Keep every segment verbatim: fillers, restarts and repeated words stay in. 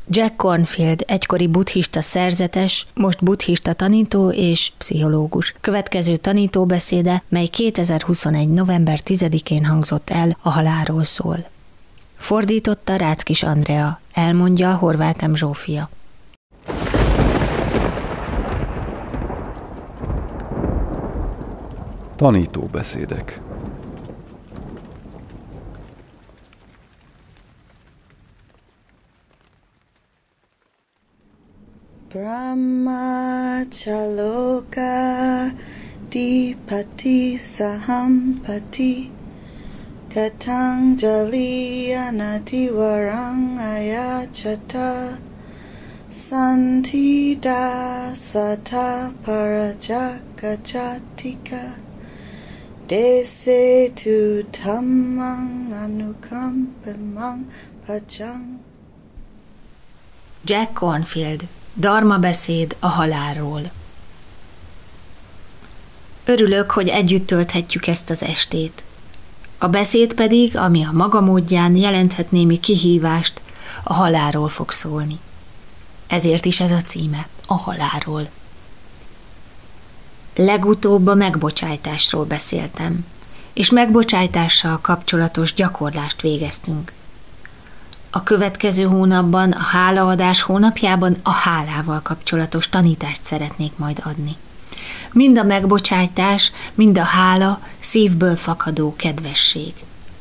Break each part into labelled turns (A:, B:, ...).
A: Jack Kornfield, egykori buddhista szerzetes, most buddhista tanító és pszichológus. Következő tanítóbeszéde, mely kétezer-huszonegy. november tizedikén hangzott el, a halálról szól. Fordította Ráckis Andrea, elmondja Horváth M. Zsófia.
B: Tanítóbeszédek.
C: Brahmachaloka dipati sahampati Katanjali anatiwarang ayachata Santida sata parajakachatika Dese tu dhammang anukampamang pajang.
A: Jack Kornfield, Dharma beszéd a halálról. Örülök, hogy együtt tölthetjük ezt az estét. A beszéd pedig, ami a maga módján jelenthet némi kihívást, a halálról fog szólni. Ezért is ez a címe, a halálról. Legutóbb a megbocsájtásról beszéltem, és megbocsájtással kapcsolatos gyakorlást végeztünk. A következő hónapban, a hálaadás hónapjában a hálával kapcsolatos tanítást szeretnék majd adni. Mind a megbocsájtás, mind a hála szívből fakadó kedvesség.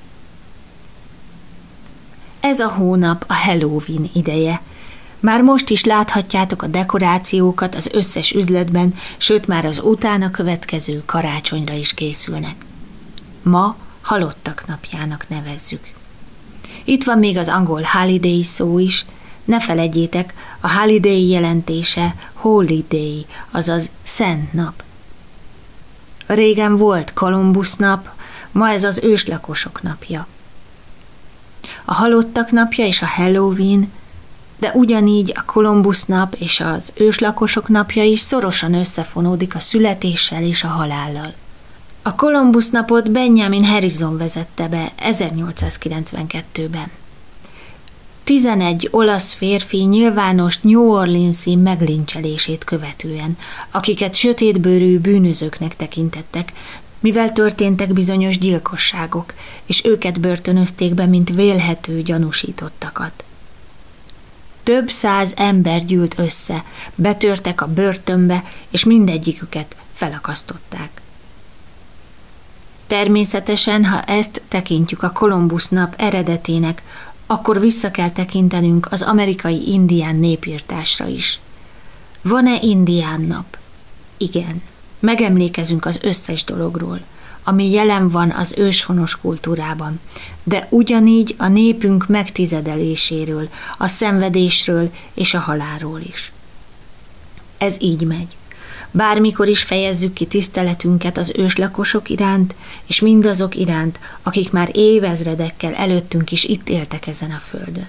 A: Ez a hónap a Halloween ideje. Már most is láthatjátok a dekorációkat az összes üzletben, sőt már az utána következő karácsonyra is készülnek. Ma halottak napjának nevezzük. Itt van még az angol holiday szó is, ne feledjétek, a holiday jelentése holiday, azaz szent nap. Régen volt Kolumbusz nap, ma ez az őslakosok napja. A halottak napja és a Halloween, de ugyanígy a Kolumbusz nap és az őslakosok napja is szorosan összefonódik a születéssel és a halállal. A Kolumbusz napot Benjamin Harrison vezette be ezernyolcszázkilencvenkettőben. Tizenegy olasz férfi nyilvános New Orleans-i meglincselését követően, akiket sötétbőrű bűnözőknek tekintettek, mivel történtek bizonyos gyilkosságok, és őket börtönözték be, mint vélhető gyanúsítottakat. Több száz ember gyűlt össze, betörtek a börtönbe, és mindegyiküket felakasztották. Természetesen, ha ezt tekintjük a Kolumbusz nap eredetének, akkor vissza kell tekintenünk az amerikai indián népirtásra is. Van-e indián nap? Igen. Megemlékezünk az összes dologról, ami jelen van az őshonos kultúrában, de ugyanígy a népünk megtizedeléséről, a szenvedésről és a halálról is. Ez így megy. Bármikor is fejezzük ki tiszteletünket az őslakosok iránt, és mindazok iránt, akik már évezredekkel előttünk is itt éltek ezen a földön.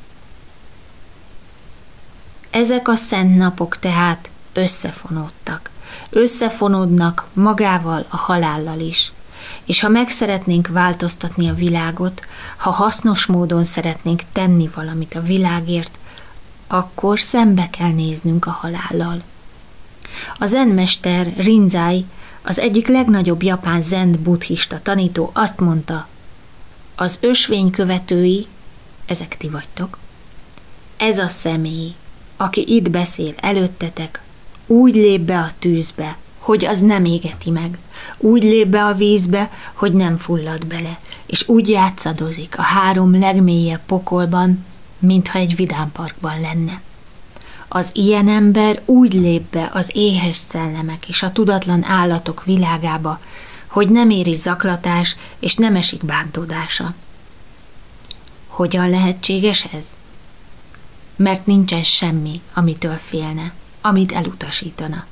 A: Ezek a szent napok tehát összefonódtak. Összefonódnak magával a halállal is. És ha meg szeretnénk változtatni a világot, ha hasznos módon szeretnénk tenni valamit a világért, akkor szembe kell néznünk a halállal. A zenmester Rinzai, az egyik legnagyobb japán zen buddhista tanító azt mondta, az ösvény követői, ezek ti vagytok, ez a személy, aki itt beszél előttetek, úgy lép be a tűzbe, hogy az nem égeti meg, úgy lép be a vízbe, hogy nem fullad bele, és úgy játszadozik a három legmélyebb pokolban, mintha egy vidámparkban lenne. Az ilyen ember úgy lép be az éhes szellemek és a tudatlan állatok világába, hogy nem éri zaklatás és nem esik bántódása. Hogyan lehetséges ez? Mert nincsen semmi, amitől félne, amit elutasítana.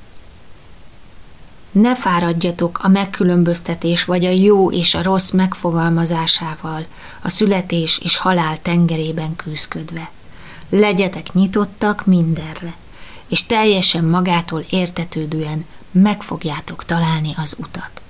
A: Ne fáradjatok a megkülönböztetés vagy a jó és a rossz megfogalmazásával, a születés és halál tengerében küszködve. Legyetek nyitottak mindenre, és teljesen magától értetődően meg fogjátok találni az utat.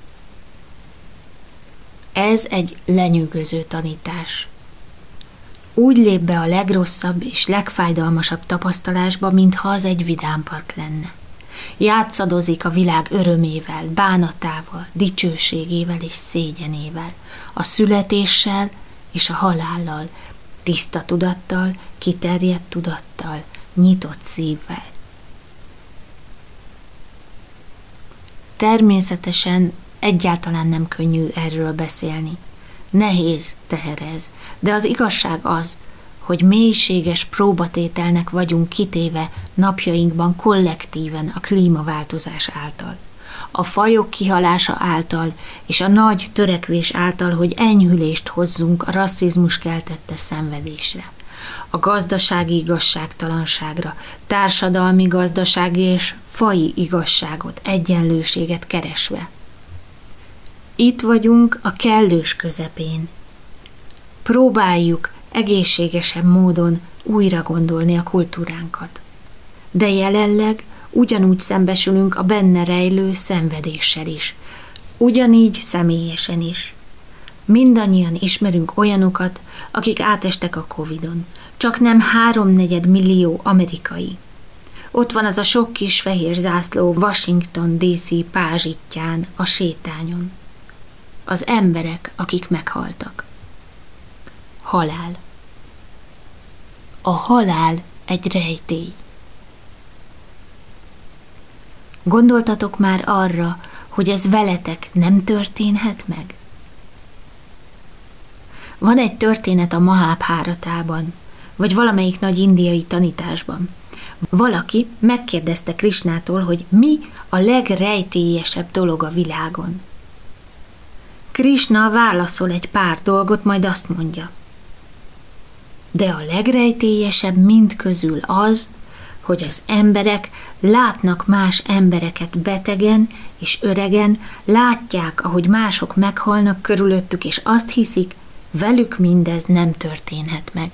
A: Ez egy lenyűgöző tanítás. Úgy lép be a legrosszabb és legfájdalmasabb tapasztalásba, mintha az egy vidámpark lenne. Játszadozik a világ örömével, bánatával, dicsőségével és szégyenével, a születéssel és a halállal, tiszta tudattal, kiterjedt tudattal, nyitott szívvel. Természetesen egyáltalán nem könnyű erről beszélni. Nehéz teher ez, de az igazság az, hogy mélységes próbatételnek vagyunk kitéve napjainkban kollektíven a klímaváltozás által, a fajok kihalása által és a nagy törekvés által, hogy enyhülést hozzunk a rasszizmus keltette szenvedésre, a gazdasági igazságtalanságra, társadalmi, gazdasági és faji igazságot, egyenlőséget keresve. Itt vagyunk a kellős közepén. Próbáljuk egészségesebb módon újra gondolni a kultúránkat. De jelenleg ugyanúgy szembesülünk a benne rejlő szenvedéssel is. Ugyanígy személyesen is. Mindannyian ismerünk olyanokat, akik átestek a Covidon. Csak nem háromnegyed millió amerikai. Ott van az a sok kis fehér zászló Washington dé cé pázsitján, a sétányon. Az emberek, akik meghaltak. Halál. A halál egy rejtély. Gondoltatok már arra, hogy ez veletek nem történhet meg? Van egy történet a Mahábháratában, vagy valamelyik nagy indiai tanításban. Valaki megkérdezte Krisnától, hogy mi a legrejtélyesebb dolog a világon. Krisna válaszol egy pár dolgot, majd azt mondja. De a legrejtélyesebb mind közül az, hogy az emberek látnak más embereket betegen és öregen, látják, ahogy mások meghalnak körülöttük, és azt hiszik, velük mindez nem történhet meg.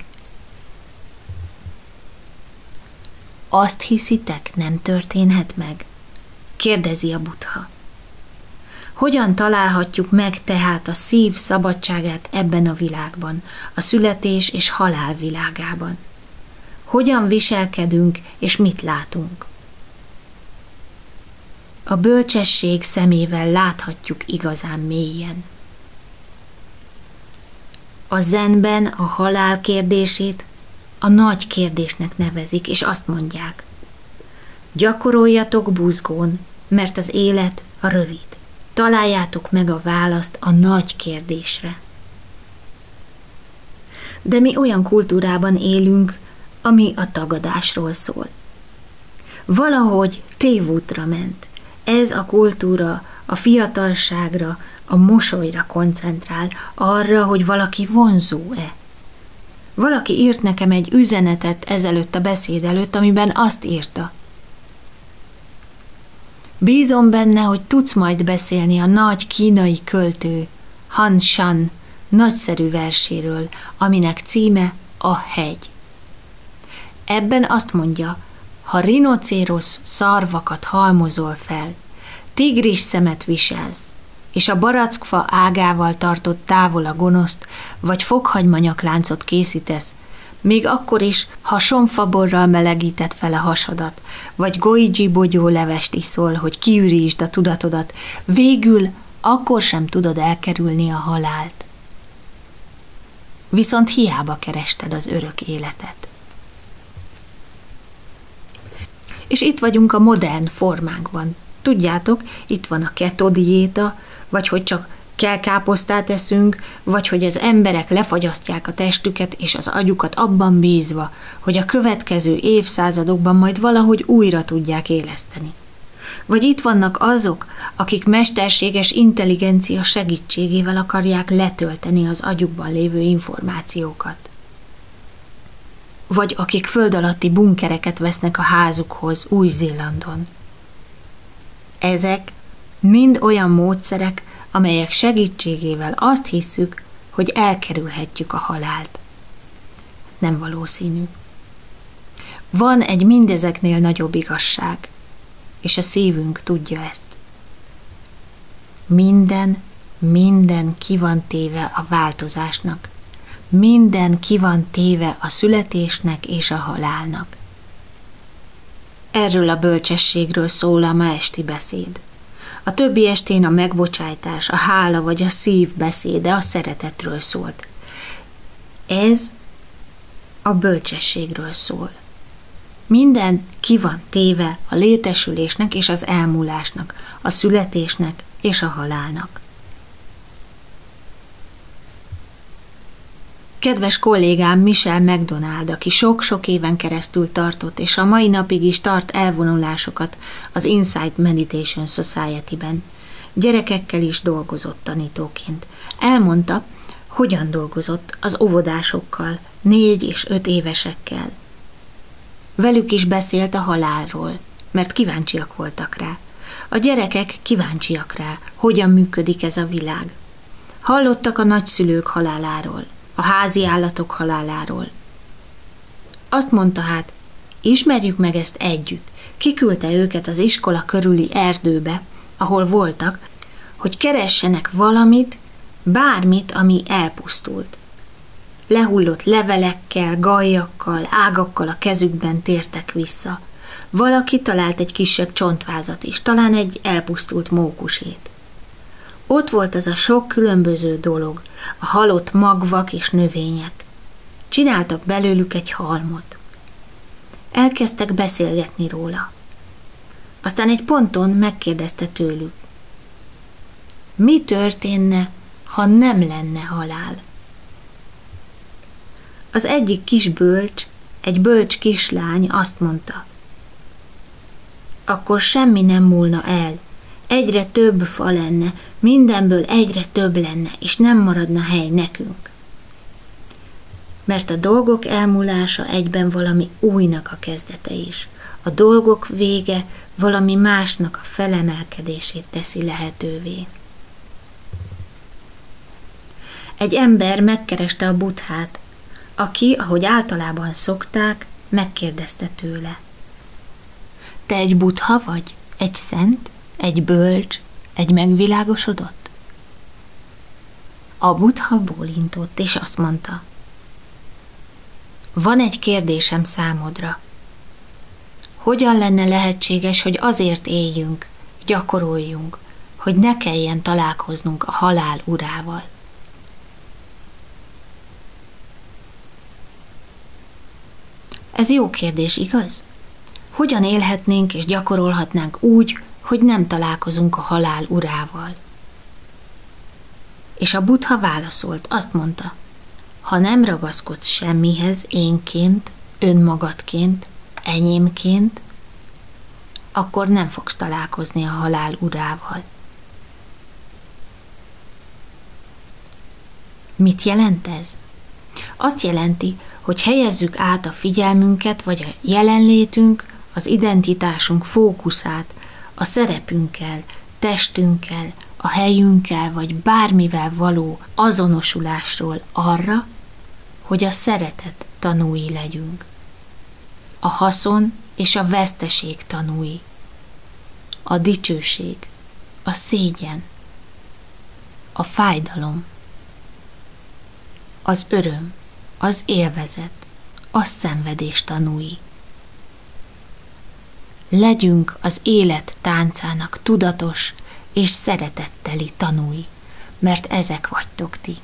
A: Azt hiszitek, nem történhet meg? Kérdezi a Buddha. Hogyan találhatjuk meg tehát a szív szabadságát ebben a világban, a születés és halál világában? Hogyan viselkedünk és mit látunk? A bölcsesség szemével láthatjuk igazán mélyen. A zenben a halál kérdését a nagy kérdésnek nevezik, és azt mondják: gyakoroljatok buzgón, mert az élet a rövid. Találjátok meg a választ a nagy kérdésre. De mi olyan kultúrában élünk, ami a tagadásról szól. Valahogy tévútra ment. Ez a kultúra a fiatalságra, a mosolyra koncentrál, arra, hogy valaki vonzó-e. Valaki írt nekem egy üzenetet ezelőtt a beszéd előtt, amiben azt írta: bízom benne, hogy tudsz majd beszélni a nagy kínai költő Han Shan nagyszerű verséről, aminek címe A hegy. Ebben azt mondja, ha rinocérosz szarvakat halmozol fel, tigris szemet viselsz, és a barackfa ágával tartott távol a gonoszt, vagy fokhagymanyakláncot készítesz, még akkor is, ha somfaborral melegített fel a hasadat, vagy goji bogyó levest iszol, hogy kiürítsd a tudatodat, végül akkor sem tudod elkerülni a halált. Viszont hiába kerested az örök életet. És itt vagyunk a modern formánkban. Tudjátok, itt van a keto diéta, vagy hogy csak kelkáposztát eszünk, vagy hogy az emberek lefagyasztják a testüket és az agyukat abban bízva, hogy a következő évszázadokban majd valahogy újra tudják éleszteni. Vagy itt vannak azok, akik mesterséges intelligencia segítségével akarják letölteni az agyukban lévő információkat. Vagy akik föld alatti bunkereket vesznek a házukhoz Új-Zélandon. Ezek mind olyan módszerek, amelyek segítségével azt hisszük, hogy elkerülhetjük a halált. Nem valószínű. Van egy mindezeknél nagyobb igazság, és a szívünk tudja ezt. Minden, minden ki van téve a változásnak. minden ki van téve a születésnek és a halálnak. Erről a bölcsességről szól a ma esti beszéd. A többi estén a megbocsájtás, a hála vagy a szív beszéde a szeretetről szólt. Ez a bölcsességről szól. Minden ki van téve a létesülésnek és az elmúlásnak, a születésnek és a halálnak. Kedves kollégám Michelle McDonald, aki sok-sok éven keresztül tartott, és a mai napig is tart elvonulásokat az Insight Meditation Society-ben. Gyerekekkel is dolgozott tanítóként. Elmondta, hogyan dolgozott az óvodásokkal, négy és öt évesekkel. Velük is beszélt a halálról, mert kíváncsiak voltak rá. A gyerekek kíváncsiak rá, hogyan működik ez a világ. Hallottak a nagyszülők haláláról, a házi állatok haláláról. Azt mondta hát, ismerjük meg ezt együtt. Kiküldte őket az iskola körüli erdőbe, ahol voltak, hogy keressenek valamit, bármit, ami elpusztult. Lehullott levelekkel, gajjakkal, ágakkal a kezükben tértek vissza. Valaki talált egy kisebb csontvázat is, talán egy elpusztult mókusét. Ott volt az a sok különböző dolog, a halott magvak és növények. Csináltak belőlük egy halmot. Elkezdtek beszélgetni róla. Aztán egy ponton megkérdezte tőlük. Mi történne, ha nem lenne halál? Az egyik kis bölcs, egy bölcs kislány azt mondta. Akkor semmi nem múlna el. Egyre több fa lenne, mindenből egyre több lenne, és nem maradna hely nekünk. Mert a dolgok elmúlása egyben valami újnak a kezdete is. A dolgok vége valami másnak a felemelkedését teszi lehetővé. Egy ember megkereste a Buddhát, aki, ahogy általában szokták, megkérdezte tőle. Te egy Buddha vagy? Egy szent? Egy bölcs? Egy megvilágosodott? A Buddha bólintott, és azt mondta. Van egy kérdésem számodra. Hogyan lenne lehetséges, hogy azért éljünk, gyakoroljunk, hogy ne kelljen találkoznunk a halál urával? Ez jó kérdés, igaz? Hogyan élhetnénk és gyakorolhatnánk úgy, hogy nem találkozunk a halál urával? És a Buddha válaszolt, azt mondta, ha nem ragaszkodsz semmihez énként, önmagadként, enyémként, akkor nem fogsz találkozni a halál urával. Mit jelent ez? Azt jelenti, hogy helyezzük át a figyelmünket, vagy a jelenlétünk, az identitásunk fókuszát a szerepünkkel, testünkkel, a helyünkkel, vagy bármivel való azonosulásról arra, hogy a szeretet tanúi legyünk. A haszon és a veszteség tanúi. A dicsőség, a szégyen, a fájdalom, az öröm, az élvezet, a szenvedés tanúi. Legyünk az élet táncának tudatos és szeretetteli tanúi, mert ezek vagytok ti.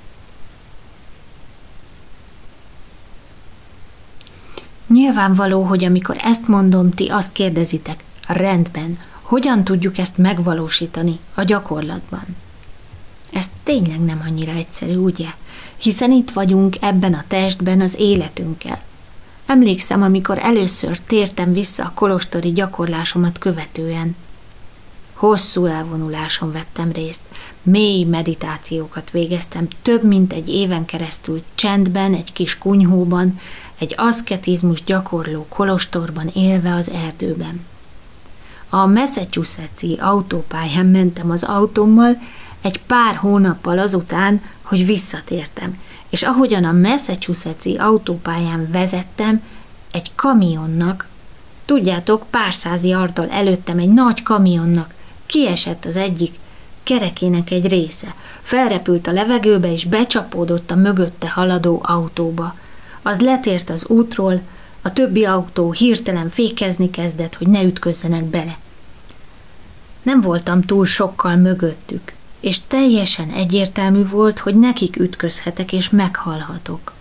A: Nyilvánvaló, hogy amikor ezt mondom, ti azt kérdezitek, rendben, hogyan tudjuk ezt megvalósítani a gyakorlatban? Ez tényleg nem annyira egyszerű, ugye? Hiszen itt vagyunk ebben a testben az életünkkel. Emlékszem, amikor először tértem vissza a kolostori gyakorlásomat követően. Hosszú elvonuláson vettem részt, mély meditációkat végeztem, több mint egy éven keresztül csendben, egy kis kunyhóban, egy aszketizmus gyakorló kolostorban élve az erdőben. A Massachusetts-i autópályán mentem az autómmal, egy pár hónappal azután, hogy visszatértem, és ahogyan a Massachusetts-i autópályán vezettem, egy kamionnak, tudjátok, pár száz yardal előttem egy nagy kamionnak kiesett az egyik kerekének egy része. Felrepült a levegőbe, és becsapódott a mögötte haladó autóba. Az letért az útról, a többi autó hirtelen fékezni kezdett, hogy ne ütközzenek bele. Nem voltam túl sokkal mögöttük, és teljesen egyértelmű volt, hogy nekik ütközhetek és meghalhatok.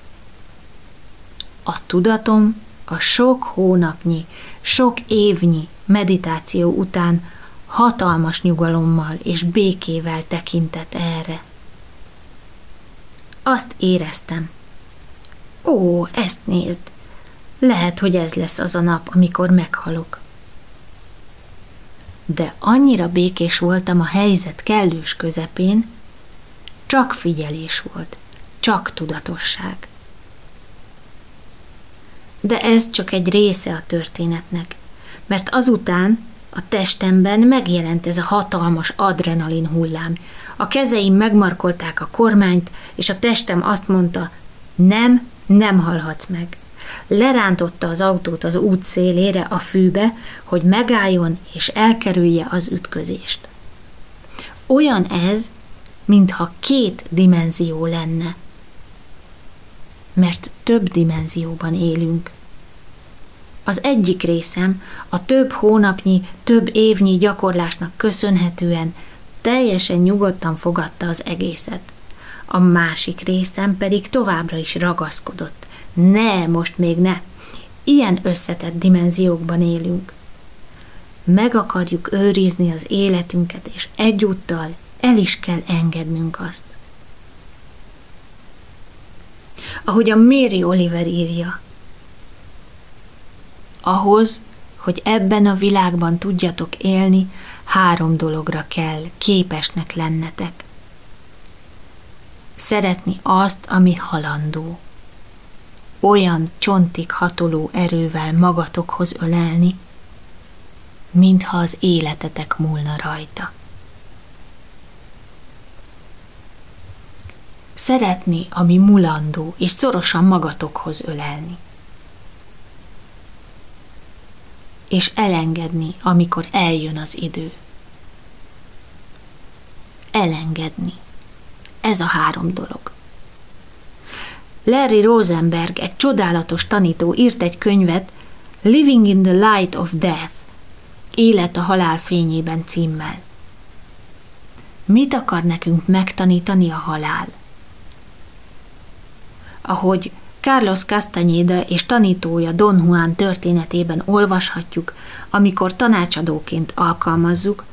A: A tudatom a sok hónapnyi, sok évnyi meditáció után hatalmas nyugalommal és békével tekintett erre. Azt éreztem. Ó, ezt nézd! Lehet, hogy ez lesz az a nap, amikor meghalok. De annyira békés voltam a helyzet kellős közepén, csak figyelés volt, csak tudatosság. De ez csak egy része a történetnek, mert azután a testemben megjelent ez a hatalmas adrenalin hullám. A kezeim megmarkolták a kormányt, és a testem azt mondta, nem, nem halhatsz meg. Lerántotta az autót az út szélére, a fűbe, hogy megálljon és elkerülje az ütközést. Olyan ez, mintha két dimenzió lenne. Mert több dimenzióban élünk. Az egyik részem a több hónapnyi, több évnyi gyakorlásnak köszönhetően teljesen nyugodtan fogadta az egészet. A másik részem pedig továbbra is ragaszkodott. Ne, most még ne! Ilyen összetett dimenziókban élünk. Meg akarjuk őrizni az életünket, és egyúttal el is kell engednünk azt. Ahogy a Mary Oliver írja, ahhoz, hogy ebben a világban tudjatok élni, három dologra kell képesnek lennetek. Szeretni azt, ami halandó. Olyan csontig hatoló erővel magatokhoz ölelni, mintha az életetek múlna rajta. Szeretni, ami mulandó, és szorosan magatokhoz ölelni. És elengedni, amikor eljön az idő. Elengedni. Ez a három dolog. Larry Rosenberg, egy csodálatos tanító írt egy könyvet, Living in the Light of Death, Élet a halál fényében címmel. Mit akar nekünk megtanítani a halál? Ahogy Carlos Castañeda és tanítója Don Juan történetében olvashatjuk, amikor tanácsadóként alkalmazzuk,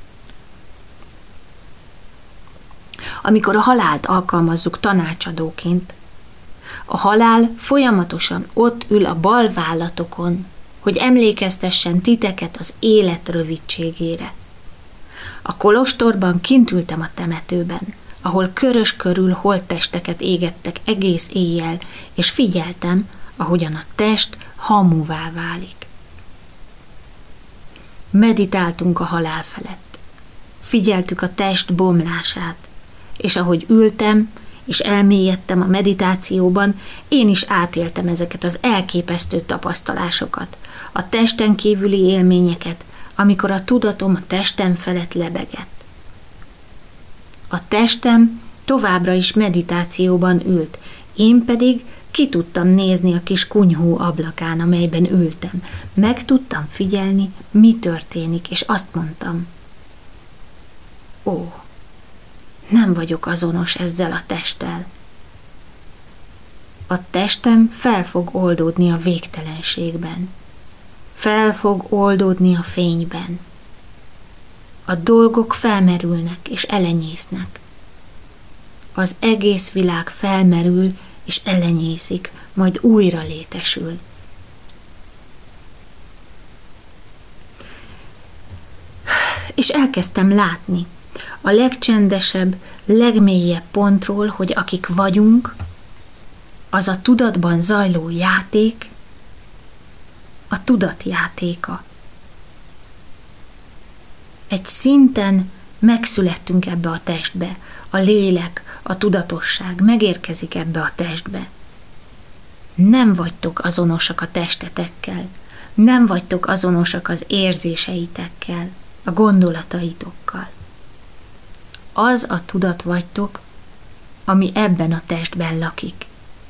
A: amikor a halált alkalmazzuk tanácsadóként, a halál folyamatosan ott ül a bal vállatokon, hogy emlékeztessen titeket az élet rövidségére. A kolostorban kint ültem a temetőben, ahol körös körül holttesteket égettek egész éjjel, és figyeltem, ahogyan a test hamuvá válik. Meditáltunk a halál felett. Figyeltük a test bomlását, és ahogy ültem, és elmélyedtem a meditációban, én is átéltem ezeket az elképesztő tapasztalásokat, a testen kívüli élményeket, amikor a tudatom a testem felett lebegett. A testem továbbra is meditációban ült, én pedig ki tudtam nézni a kis kunyhó ablakán, amelyben ültem. Meg tudtam figyelni, mi történik, és azt mondtam, ó, nem vagyok azonos ezzel a testtel. A testem fel fog oldódni a végtelenségben. Fel fog oldódni a fényben. A dolgok felmerülnek és elenyésznek. Az egész világ felmerül és elenyészik, majd újra létesül. És elkezdtem látni a legcsendesebb, legmélyebb pontról, hogy akik vagyunk, az a tudatban zajló játék, a tudat játéka. Egy szinten megszülettünk ebbe a testbe, a lélek, a tudatosság megérkezik ebbe a testbe. Nem vagytok azonosak a testetekkel, nem vagytok azonosak az érzéseitekkel, a gondolataitokkal. Az a tudat vagytok, ami ebben a testben lakik.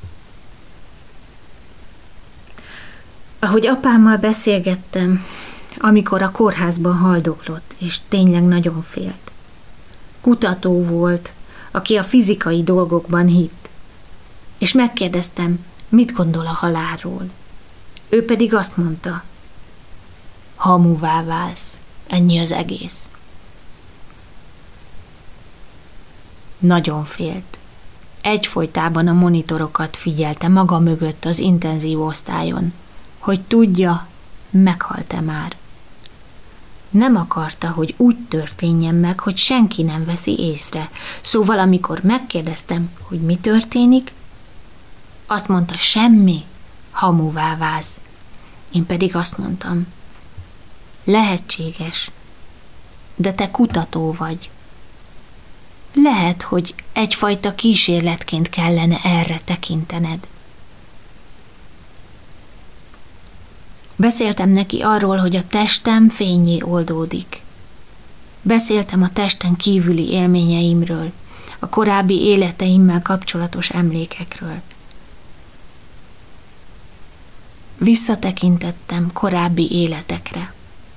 A: Ahogy apámmal beszélgettem, amikor a kórházban haldoklott, és tényleg nagyon félt. Kutató volt, aki a fizikai dolgokban hitt, és megkérdeztem, mit gondol a halálról. Ő pedig azt mondta, hamuvá válsz, ennyi az egész. Nagyon félt. Egyfolytában a monitorokat figyelte maga mögött az intenzív osztályon, hogy tudja, meghalt-e már. Nem akarta, hogy úgy történjen meg, hogy senki nem veszi észre. Szóval, amikor megkérdeztem, hogy mi történik, azt mondta, semmi, hamuvá válsz. Én pedig azt mondtam, lehetséges, de te kutató vagy. Lehet, hogy egyfajta kísérletként kellene erre tekintened. Beszéltem neki arról, hogy a testem fénnyé oldódik. Beszéltem a testen kívüli élményeimről, a korábbi életeimmel kapcsolatos emlékekről. Visszatekintettem korábbi életekre.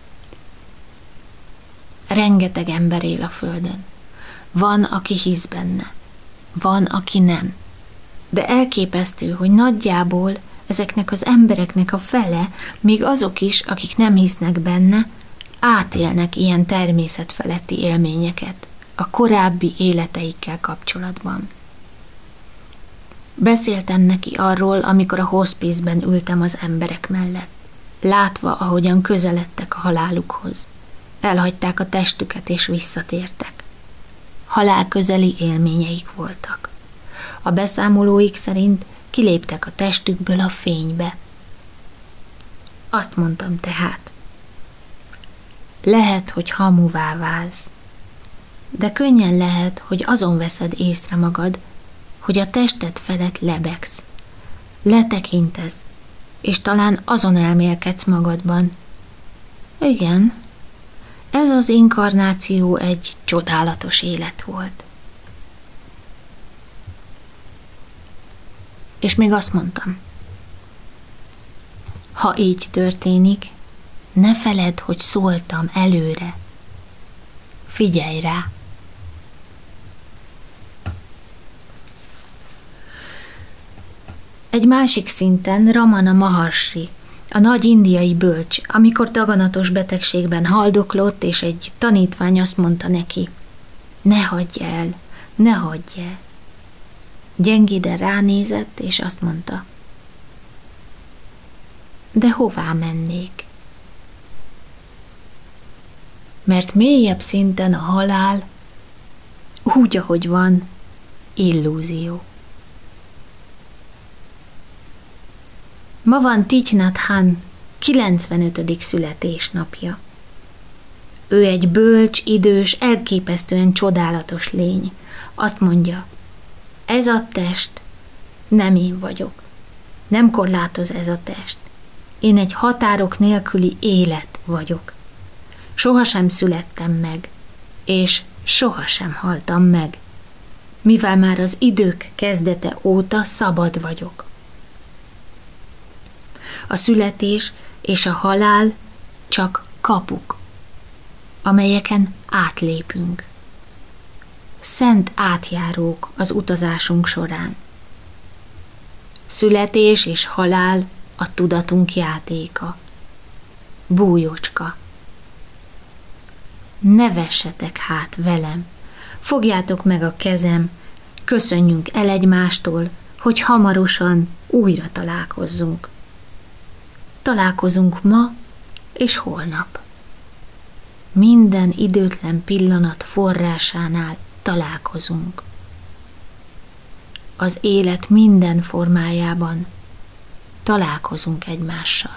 A: Rengeteg ember él a földön. Van, aki hisz benne. Van, aki nem. De elképesztő, hogy nagyjából ezeknek az embereknek a fele, még azok is, akik nem hisznek benne, átélnek ilyen természetfeletti élményeket a korábbi életeikkel kapcsolatban. Beszéltem neki arról, amikor a hospice-ben ültem az emberek mellett, látva, ahogyan közeledtek a halálukhoz. Elhagyták a testüket és visszatértek. Halálközeli élményeik voltak. A beszámolóik szerint kiléptek a testükből a fénybe. Azt mondtam tehát, lehet, hogy hamuvá válsz, de könnyen lehet, hogy azon veszed észre magad, hogy a tested felett lebegsz, letekintesz, és talán azon elmélkedsz magadban. Igen, ez az inkarnáció egy csodálatos élet volt. És még azt mondtam, ha így történik, ne feledd, hogy szóltam előre. Figyelj rá! Egy másik szinten Ramana Maharshi, a nagy indiai bölcs, amikor daganatos betegségben haldoklott, és egy tanítvány azt mondta neki, ne hagyj el, ne hagyj el. Gyengéden ránézett, és azt mondta, de hová mennék? Mert mélyebb szinten a halál, úgy, ahogy van, illúzió. Ma van Thich Nhat Hanh kilencvenötödik születésnapja. Ő egy bölcs, idős, elképesztően csodálatos lény. Azt mondja, ez a test nem én vagyok. Nem korlátoz ez a test. Én egy határok nélküli élet vagyok. Sohasem születtem meg, és sohasem haltam meg, mivel már az idők kezdete óta szabad vagyok. A születés és a halál csak kapuk, amelyeken átlépünk. Szent átjárók az utazásunk során. Születés és halál a tudatunk játéka. Bújócska. Ne vessetek hát velem, fogjátok meg a kezem, köszönjünk el egymástól, hogy hamarosan újra találkozzunk. Találkozunk ma és holnap. Minden időtlen pillanat forrásánál találkozunk. Az élet minden formájában találkozunk egymással.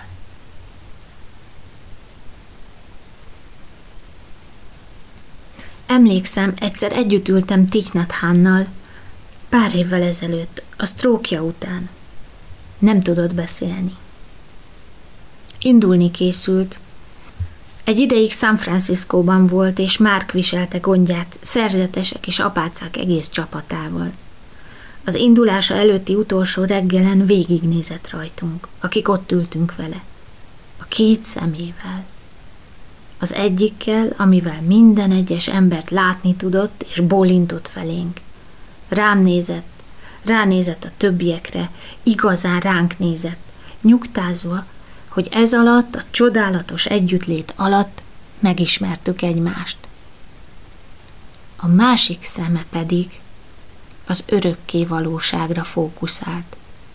A: Emlékszem, egyszer együtt ültem Thich Nhat Hanhnal, pár évvel ezelőtt, a sztrókja után. Nem tudott beszélni. Indulni készült, Egy ideig San Franciscóban volt, és Mark viselte gondját szerzetesek és apácák egész csapatával. Az indulása előtti utolsó reggelen végignézett rajtunk, akik ott ültünk vele. A két szemével. Az egyikkel, amivel minden egyes embert látni tudott, és bólintott felénk. Rám nézett, ránézett a többiekre, igazán ránk nézett, nyugtázva, hogy ez alatt, a csodálatos együttlét alatt megismertük egymást. A másik szeme pedig az örökké valóságra fókuszált.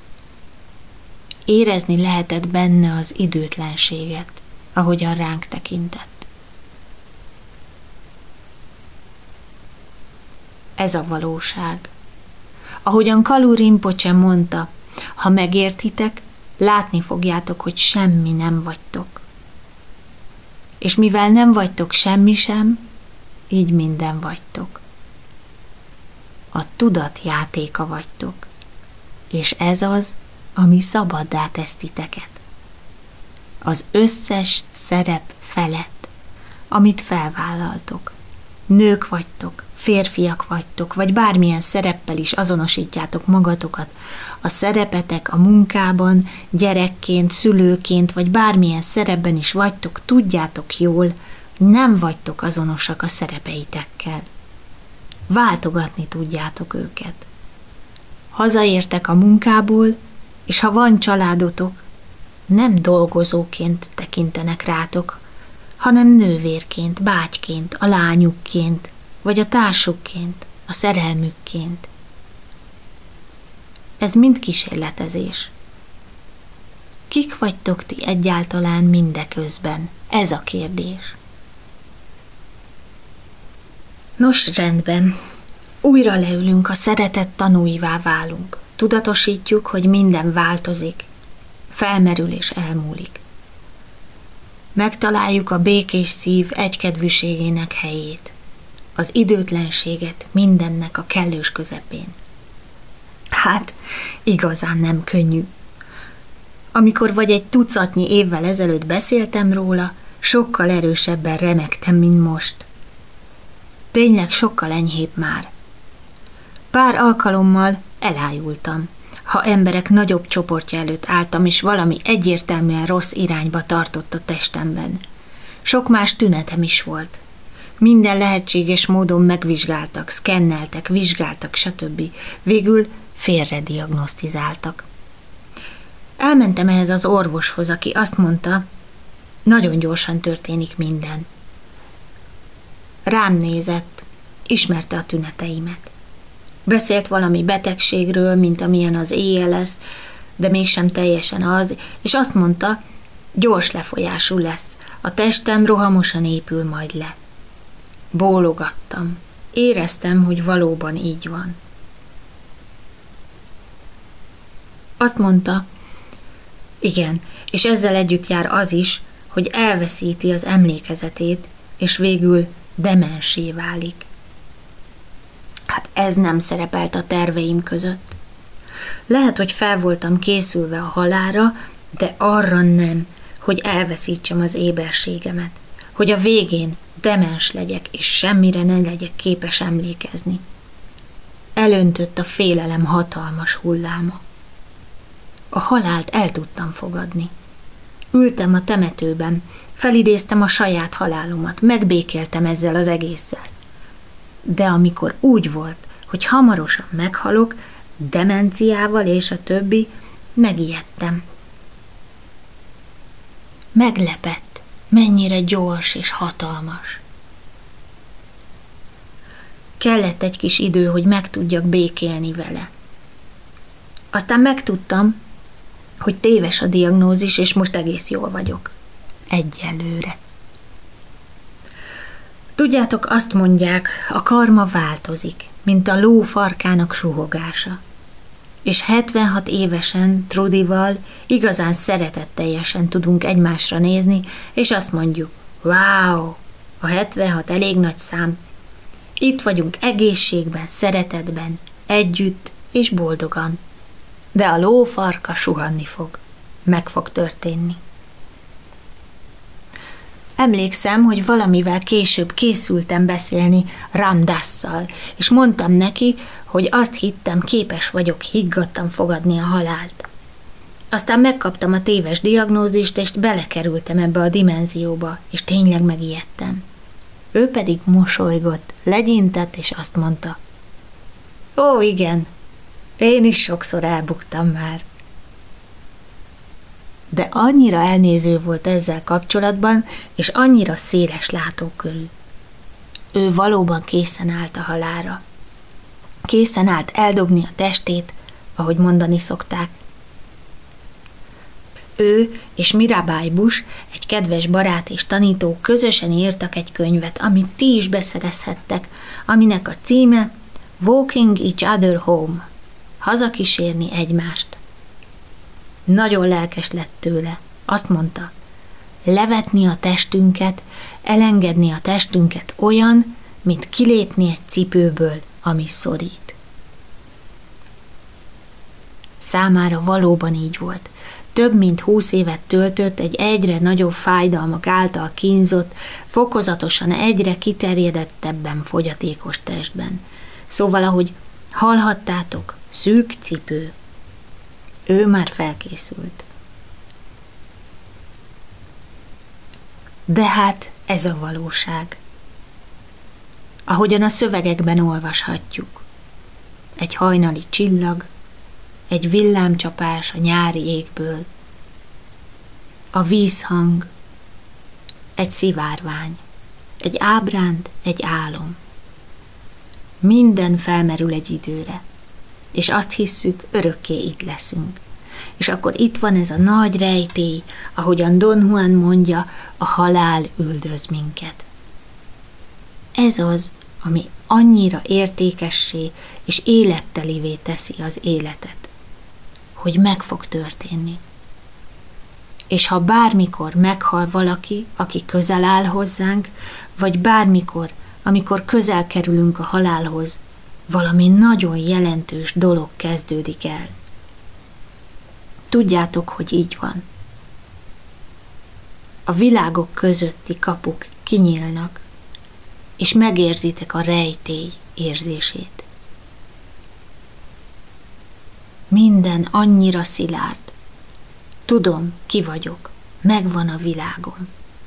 A: Érezni lehetett benne az időtlenséget, ahogyan ránk tekintett. Ez a valóság. Ahogyan Kalu Rinpoche mondta, ha megértitek, látni fogjátok, hogy semmi nem vagytok. És mivel nem vagytok semmi sem, így minden vagytok. A tudat játéka vagytok, és ez az, ami szabaddá tesz titeket. Az összes szerep felett, amit felvállaltok. Nők vagytok, férfiak vagytok, vagy bármilyen szereppel is azonosítjátok magatokat, a szerepetek a munkában, gyerekként, szülőként, vagy bármilyen szerepben is vagytok, tudjátok jól, nem vagytok azonosak a szerepeitekkel. Váltogatni tudjátok őket. Hazaértek a munkából, és ha van családotok, nem dolgozóként tekintenek rátok, hanem nővérként, bátyként, a lányukként, vagy a társukként, a szerelmükként. Ez mind kísérletezés. Kik vagytok ti egyáltalán mindeközben? Ez a kérdés. Nos, rendben. Újra leülünk, a szeretet tanúivá válunk. Tudatosítjuk, hogy minden változik, felmerül és elmúlik. Megtaláljuk a békés szív egykedvűségének helyét, az időtlenséget mindennek a kellős közepén. Hát, igazán nem könnyű. Amikor vagy egy tucatnyi évvel ezelőtt beszéltem róla, sokkal erősebben remegtem, mint most. Tényleg sokkal enyhébb már. Pár alkalommal elájultam, ha emberek nagyobb csoportja előtt álltam, és valami egyértelműen rossz irányba tartott a testemben. Sok más tünetem is volt. Minden lehetséges módon megvizsgáltak, szkenneltek, vizsgáltak, stb. Végül félrediagnosztizáltak. Elmentem ehhez az orvoshoz, aki azt mondta, nagyon gyorsan történik minden. Rám nézett, ismerte a tüneteimet. Beszélt valami betegségről, mint amilyen az é el es, de mégsem teljesen az, és azt mondta, gyors lefolyású lesz, a testem rohamosan épül majd le. Bólogattam. Éreztem, hogy valóban így van. Azt mondta, igen, és ezzel együtt jár az is, hogy elveszíti az emlékezetét, és végül demensé válik. Hát ez nem szerepelt a terveim között. Lehet, hogy fel voltam készülve a halálra, de arra nem, hogy elveszítsem az éberségemet, hogy a végén demens legyek, és semmire ne legyek képes emlékezni. Elöntött a félelem hatalmas hulláma. A halált el tudtam fogadni. Ültem a temetőben, felidéztem a saját halálomat, megbékéltem ezzel az egésszel. De amikor úgy volt, hogy hamarosan meghalok, demenciával és a többi, megijedtem. Meglepett, mennyire gyors és hatalmas. Kellett egy kis idő, hogy meg tudjak békélni vele. Aztán megtudtam, hogy téves a diagnózis, és most egész jól vagyok. Egyelőre. Tudjátok, azt mondják, a karma változik, mint a ló farkának suhogása. És hetvenhat évesen Trudival igazán szeretetteljesen tudunk egymásra nézni, és azt mondjuk, wow, a hetvenhat elég nagy szám. Itt vagyunk egészségben, szeretetben, együtt és boldogan. De a ló farka suhanni fog. Meg fog történni. Emlékszem, hogy valamivel később készültem beszélni Ram Dasszal, és mondtam neki, hogy azt hittem, képes vagyok higgadtan fogadni a halált. Aztán megkaptam a téves diagnózist, és belekerültem ebbe a dimenzióba, és tényleg megijedtem. Ő pedig mosolygott, legyintett, és azt mondta: ó, igen, én is sokszor elbuktam már. De annyira elnéző volt ezzel kapcsolatban, és annyira széles látókörű. Ő valóban készen állt a halálra. Készen állt eldobni a testét, ahogy mondani szokták. Ő és Mirabai Bush, egy kedves barát és tanító közösen írtak egy könyvet, amit ti is beszerezhettek, aminek a címe Walking Each Other Home. Hazakísérni egymást. Nagyon lelkes lett tőle. Azt mondta, levetni a testünket, elengedni a testünket olyan, mint kilépni egy cipőből, ami szorít. Számára valóban így volt. Több mint húsz évet töltött egy egyre nagyobb fájdalmak által kínzott, fokozatosan egyre kiterjedettebben fogyatékos testben. Szóval, ahogy hallhattátok, szűk cipő. Ő már felkészült. De hát ez a valóság. Ahogyan a szövegekben olvashatjuk. Egy hajnali csillag, egy villámcsapás a nyári égből, a vízhang, egy szivárvány, egy ábránd, egy álom. Minden felmerül egy időre, és azt hisszük, örökké itt leszünk. És akkor itt van ez a nagy rejtély, ahogyan Don Juan mondja, a halál üldöz minket. Ez az, ami annyira értékessé és élettelivé teszi az életet, hogy meg fog történni. És ha bármikor meghal valaki, aki közel áll hozzánk, vagy bármikor, amikor közel kerülünk a halálhoz, valami nagyon jelentős dolog kezdődik el. Tudjátok, hogy így van. A világok közötti kapuk kinyílnak, és megérzitek a rejtély érzését. Minden annyira szilárd. Tudom, ki vagyok, megvan a világom.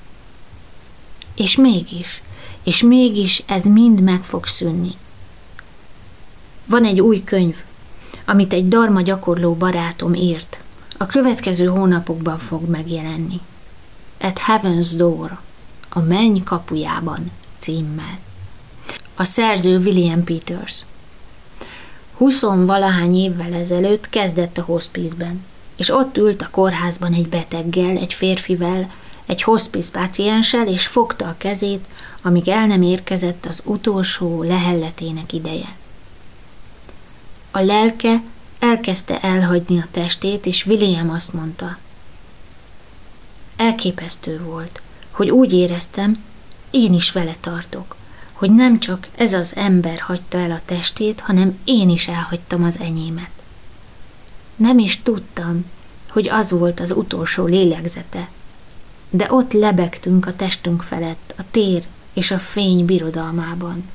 A: És mégis, és mégis ez mind meg fog szűnni. Van egy új könyv, amit egy dharma gyakorló barátom írt. A következő hónapokban fog megjelenni. At Heaven's Door, a menny kapujában címmel. A szerző William Peters. Huszonvalahány évvel ezelőtt kezdett a hospice-ben, és ott ült a kórházban egy beteggel, egy férfivel, egy hospice pácienssel, és fogta a kezét, amíg el nem érkezett az utolsó lehelletének ideje. A lelke elkezdte elhagyni a testét, és William azt mondta. Elképesztő volt, hogy úgy éreztem, én is vele tartok, hogy nem csak ez az ember hagyta el a testét, hanem én is elhagytam az enyémet. Nem is tudtam, hogy az volt az utolsó lélegzete, de ott lebegtünk a testünk felett, a tér és a fény birodalmában.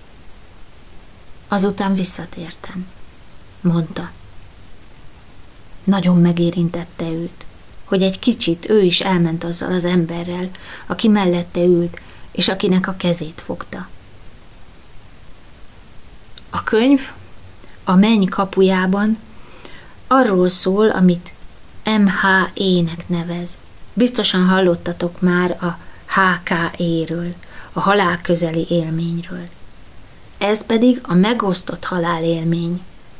A: Azután visszatértem, mondta. Nagyon megérintette őt, hogy egy kicsit ő is elment azzal az emberrel, aki mellette ült, és akinek a kezét fogta. A könyv a menny kapujában arról szól, amit em há é-nek nevez. Biztosan hallottatok már a há ká é-ről, a halál közeli élményről. Ez pedig a megosztott halálélmény.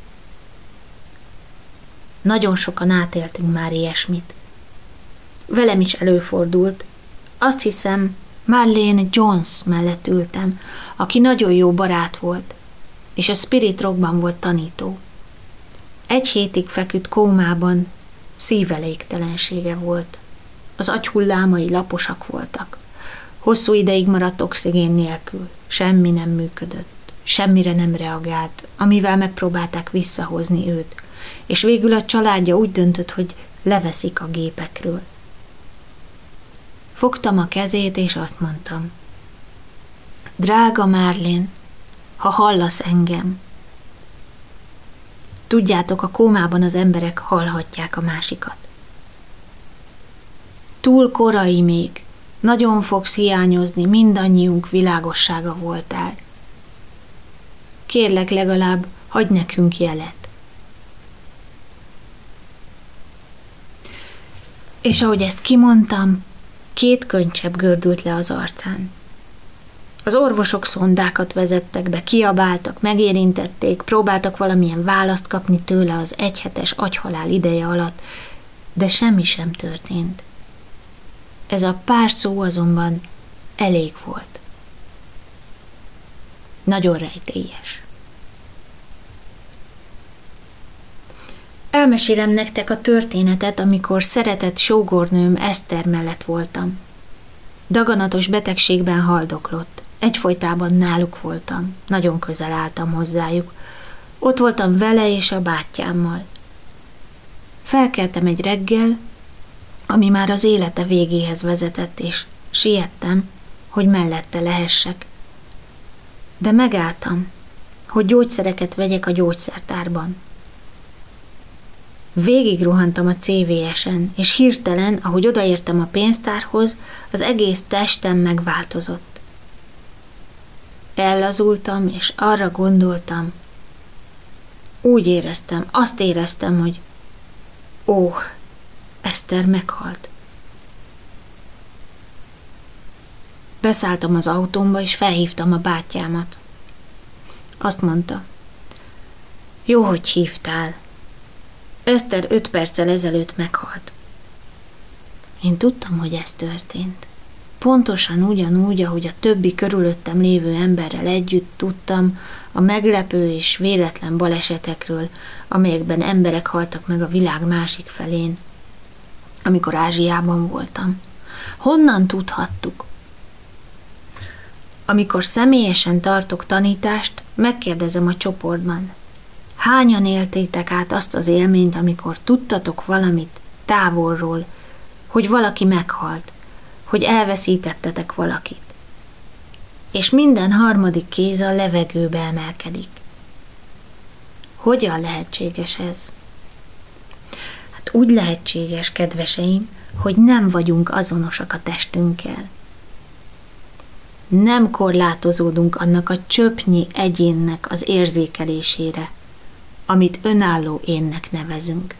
A: Nagyon sokan átéltünk már ilyesmit. Velem is előfordult. Azt hiszem, Marlene Jones mellett ültem, aki nagyon jó barát volt, és a Spirit Rockban volt tanító. Egy hétig feküdt kómában, szívelégtelensége volt. Az agyhullámai laposak voltak. Hosszú ideig maradt oxigén nélkül, semmi nem működött, semmire nem reagált, amivel megpróbálták visszahozni őt, és végül a családja úgy döntött, hogy leveszik a gépekről. Fogtam a kezét, és azt mondtam: drága Marlene, ha hallasz engem. Tudjátok, a kómában az emberek hallhatják a másikat. Túl korai még, nagyon fogsz hiányozni, mindannyiunk világossága voltál. Kérlek, legalább hagyj nekünk jelet. És ahogy ezt kimondtam, két könycsepp gördült le az arcán. Az orvosok szondákat vezettek be, kiabáltak, megérintették, próbáltak valamilyen választ kapni tőle az egyhetes agyhalál ideje alatt, de semmi sem történt. Ez a pár szó azonban elég volt. Nagyon rejtélyes. Elmesélem nektek a történetet, amikor szeretett sógornőm Eszter mellett voltam. Daganatos betegségben haldoklott. Egyfolytában náluk voltam, nagyon közel álltam hozzájuk. Ott voltam vele és a bátyámmal. Felkeltem egy reggel, ami már az élete végéhez vezetett, és siettem, hogy mellette lehessek. De megálltam, hogy gyógyszereket vegyek a gyógyszertárban. Végigruhantam a cé vé esen, és hirtelen, ahogy odaértem a pénztárhoz, az egész testem megváltozott. Ellazultam, és arra gondoltam, úgy éreztem, azt éreztem, hogy ó, Eszter meghalt. Beszálltam az autómba, és felhívtam a bátyámat. Azt mondta: jó, hogy hívtál. Eszter öt perccel ezelőtt meghalt. Én tudtam, hogy ez történt. Pontosan ugyanúgy, ahogy a többi körülöttem lévő emberrel együtt tudtam a meglepő és véletlen balesetekről, amelyekben emberek haltak meg a világ másik felén, amikor Ázsiában voltam. Honnan tudhattuk? Amikor személyesen tartok tanítást, megkérdezem a csoportban: hányan éltétek át azt az élményt, amikor tudtatok valamit távolról, hogy valaki meghalt, hogy elveszítettetek valakit? És minden harmadik kéz a levegőbe emelkedik. Hogyan lehetséges ez? Hát úgy lehetséges, kedveseim, hogy nem vagyunk azonosak a testünkkel. Nem korlátozódunk annak a csöpnyi egyénnek az érzékelésére, amit önálló énnek nevezünk.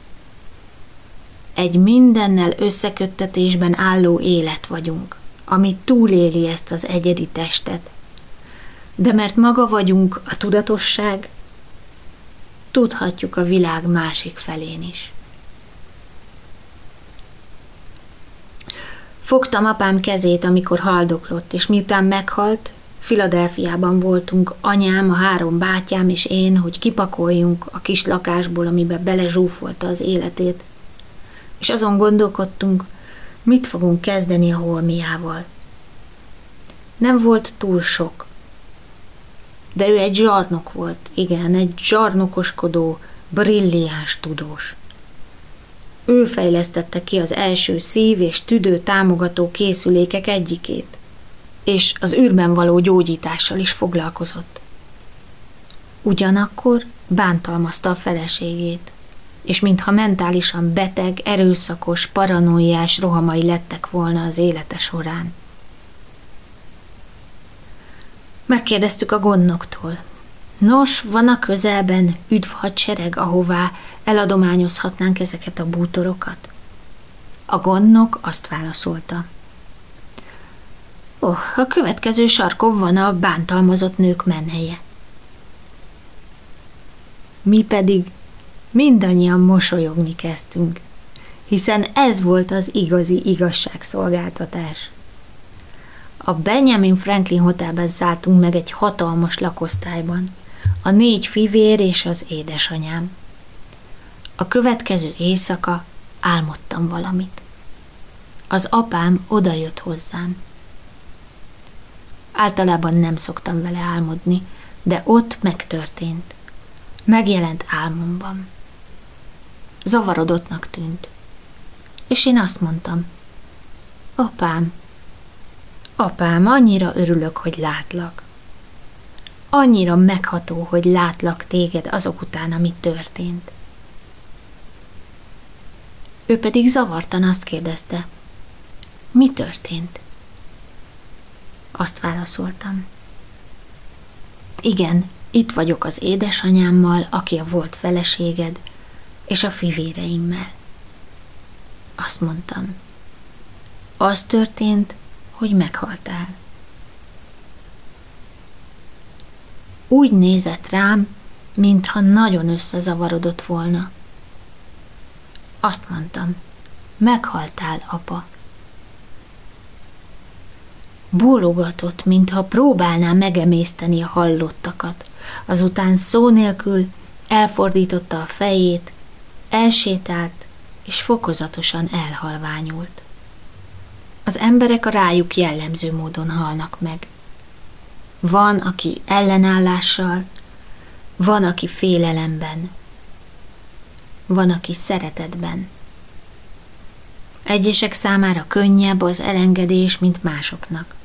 A: Egy mindennel összeköttetésben álló élet vagyunk, ami túléli ezt az egyedi testet. De mert maga vagyunk a tudatosság, tudhatjuk a világ másik felén is. Fogtam apám kezét, amikor haldoklott, és miután meghalt, Philadelphiában voltunk, anyám, a három bátyám és én, hogy kipakoljunk a kis lakásból, amiben belezsúfolta az életét. És azon gondolkodtunk, mit fogunk kezdeni a holmiával. Nem volt túl sok, de ő egy zsarnok volt, igen, egy zsarnokoskodó, brilliáns tudós. Ő fejlesztette ki az első szív- és tüdő támogató készülékek egyikét, és az űrben való gyógyítással is foglalkozott. Ugyanakkor bántalmazta a feleségét, és mintha mentálisan beteg, erőszakos, paranoiás rohamai lettek volna az élete során. Megkérdeztük a gondnoktól: nos, van a közelben üdvhadsereg, ahová eladományozhatnánk ezeket a bútorokat? A gondnok azt válaszolta: oh, a következő sarkon van a bántalmazott nők menhelye. Mi pedig mindannyian mosolyogni kezdtünk, hiszen ez volt az igazi igazságszolgáltatás. A Benjamin Franklin Hotelben szálltunk meg egy hatalmas lakosztályban, a négy fivér és az édesanyám. A következő éjszaka álmodtam valamit. Az apám odajött hozzám. Általában nem szoktam vele álmodni, de ott megtörtént. Megjelent álmomban. Zavarodottnak tűnt. És én azt mondtam: Apám, apám, annyira örülök, hogy látlak. Annyira megható, hogy látlak téged azok után, ami történt. Ő pedig zavartan azt kérdezte, mi történt? Azt válaszoltam. Igen, itt vagyok az édesanyámmal, aki a volt feleséged, és a fivéreimmel. Azt mondtam. Az történt, hogy meghaltál. Úgy nézett rám, mintha nagyon összezavarodott volna. Azt mondtam, meghaltál, apa. Bólogatott, mintha próbálná megemészteni a hallottakat, azután szó nélkül elfordította a fejét, elsétált, és fokozatosan elhalványult. Az emberek a rájuk jellemző módon halnak meg. Van, aki ellenállással, van, aki félelemben, van, aki szeretetben. Egyesek számára könnyebb az elengedés, mint másoknak.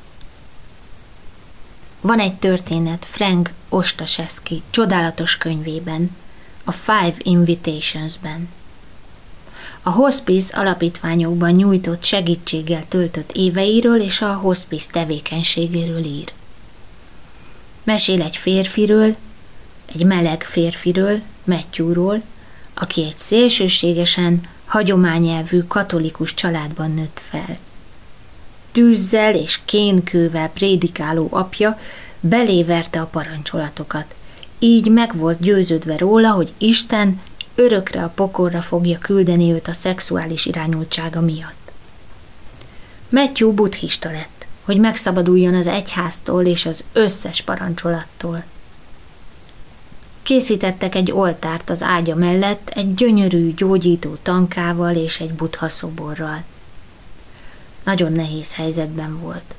A: Van egy történet Frank Ostaseski csodálatos könyvében, a Five Invitationsben. A hospice alapítványokban nyújtott segítséggel töltött éveiről és a hospice tevékenységéről ír. Mesél egy férfiről, egy meleg férfiről, Matthewról, aki egy szélsőségesen hagyományelvű katolikus családban nőtt fel. Tűzzel és kénkővel prédikáló apja beléverte a parancsolatokat, így meg volt győződve róla, hogy Isten örökre a pokolra fogja küldeni őt a szexuális irányultsága miatt. Matthew buddhista lett, hogy megszabaduljon az egyháztól és az összes parancsolattól. Készítettek egy oltárt az ágya mellett egy gyönyörű, gyógyító tankával és egy buddha szoborral. Nagyon nehéz helyzetben volt.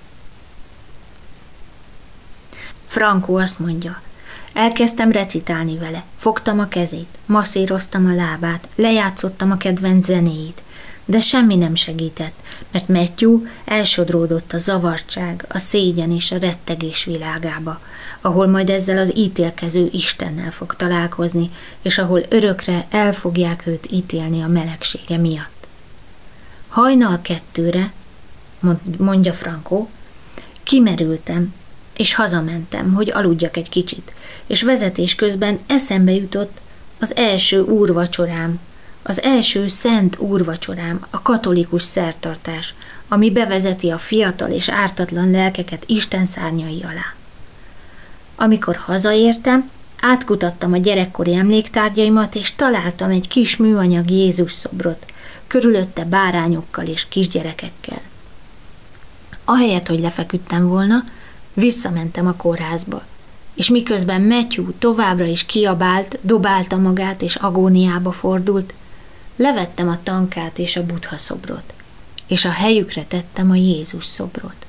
A: Franco azt mondja, elkezdtem recitálni vele, fogtam a kezét, masszíroztam a lábát, lejátszottam a kedvenc zenéit, de semmi nem segített, mert Matthew elsodródott a zavartság, a szégyen és a rettegés világába, ahol majd ezzel az ítélkező Istennel fog találkozni, és ahol örökre el fogják őt ítélni a melegsége miatt. Hajnal kettőre, mondja Franco, kimerültem, és hazamentem, hogy aludjak egy kicsit, és vezetés közben eszembe jutott az első úrvacsorám, az első szent úrvacsorám, a katolikus szertartás, ami bevezeti a fiatal és ártatlan lelkeket Isten szárnyai alá. Amikor hazaértem, átkutattam a gyerekkori emléktárgyaimat, és találtam egy kis műanyag Jézus szobrot, körülötte bárányokkal és kisgyerekekkel. Ahelyett, hogy lefeküdtem volna, visszamentem a kórházba, és miközben Matthew továbbra is kiabált, dobálta magát és agóniába fordult, levettem a tankát és a buddha szobrot, és a helyükre tettem a Jézus szobrot.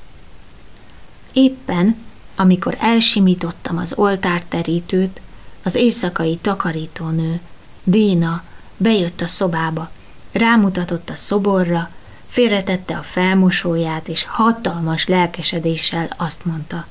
A: Éppen, amikor elsimítottam az oltárterítőt, az éjszakai takarítónő, Dina, bejött a szobába, rámutatott a szoborra, félretette a felmosóját, és hatalmas lelkesedéssel azt mondta: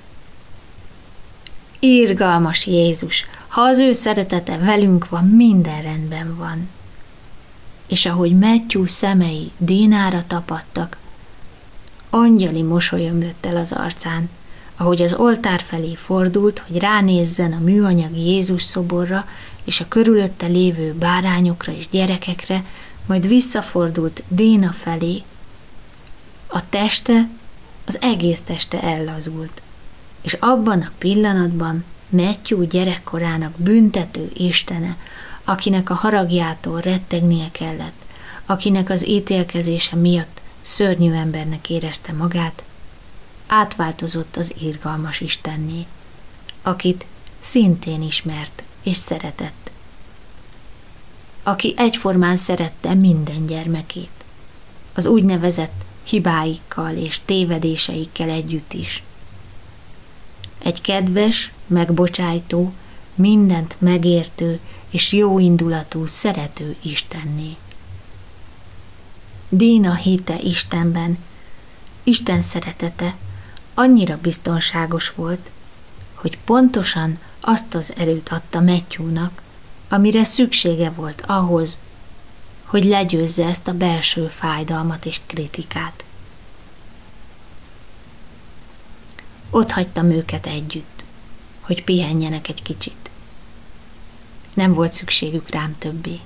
A: irgalmas Jézus, ha az ő szeretete velünk van, minden rendben van. És ahogy Matthew szemei Dínára tapadtak, angyali mosoly ömlött el az arcán, ahogy az oltár felé fordult, hogy ránézzen a műanyag Jézus szoborra és a körülötte lévő bárányokra és gyerekekre, majd visszafordult Dína felé. A teste, az egész teste ellazult, és abban a pillanatban Matthew gyerekkorának büntető istene, akinek a haragjától rettegnie kellett, akinek az ítélkezése miatt szörnyű embernek érezte magát, átváltozott az irgalmas Istenné, akit szintén ismert és szeretett, aki egyformán szerette minden gyermekét, az úgynevezett hibáikkal és tévedéseikkel együtt is. Egy kedves, megbocsájtó, mindent megértő és jóindulatú, szerető Istenné. Dína hite Istenben, Isten szeretete annyira biztonságos volt, hogy pontosan azt az erőt adta Matthewnak, amire szüksége volt ahhoz, hogy legyőzze ezt a belső fájdalmat és kritikát. Ott hagytam őket együtt, hogy pihenjenek egy kicsit. Nem volt szükségük rám többé.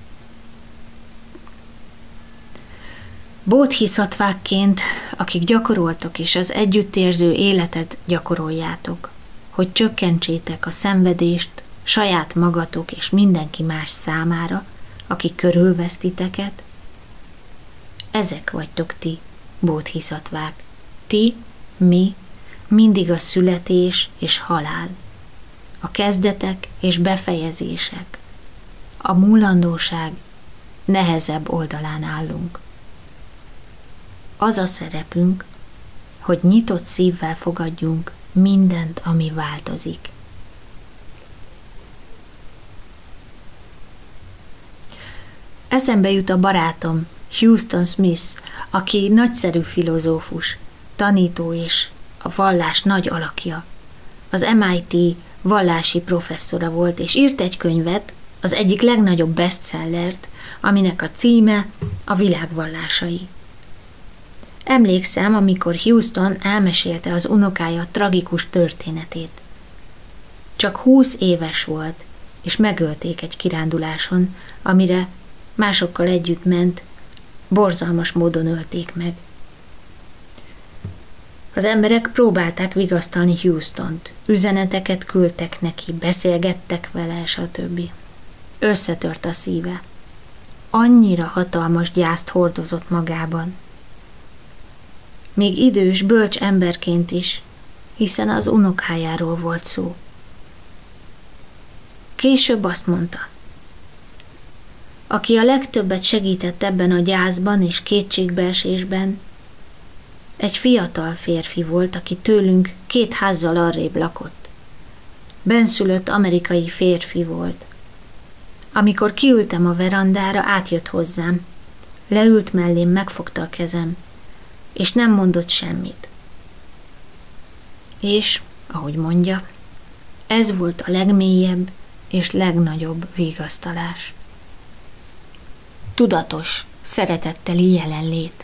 A: Bódhiszatvákként, akik gyakoroltok és az együttérző életet gyakoroljátok, hogy csökkentsétek a szenvedést saját magatok és mindenki más számára, aki körülvesz titeket, ezek vagytok ti, bódhiszatvák. Ti, mi, mindig a születés és halál, a kezdetek és befejezések, a múlandóság nehezebb oldalán állunk. Az a szerepünk, hogy nyitott szívvel fogadjunk mindent, ami változik. Eszembe jut a barátom, Huston Smith, aki nagyszerű filozófus, tanító és a vallás nagy alakja. Az em i té vallási professzora volt, és írt egy könyvet, az egyik legnagyobb bestsellert, aminek a címe a világ vallásai. Emlékszem, amikor Houston elmesélte az unokája tragikus történetét. Csak húsz éves volt, és megölték egy kiránduláson, amire másokkal együtt ment, borzalmas módon ölték meg. Az emberek próbálták vigasztalni Houstont, üzeneteket küldtek neki, beszélgettek vele, stb. Összetört a szíve. Annyira hatalmas gyászt hordozott magában. Még idős, bölcs emberként is, hiszen az unokájáról volt szó. Később azt mondta, aki a legtöbbet segített ebben a gyászban és kétségbeesésben, egy fiatal férfi volt, aki tőlünk két házzal arrébb lakott. Benszülött amerikai férfi volt. Amikor kiültem a verandára, átjött hozzám, leült mellém, megfogta a kezem, és nem mondott semmit. És, ahogy mondja, ez volt a legmélyebb és legnagyobb vigasztalás. Tudatos, szeretetteli jelenlét.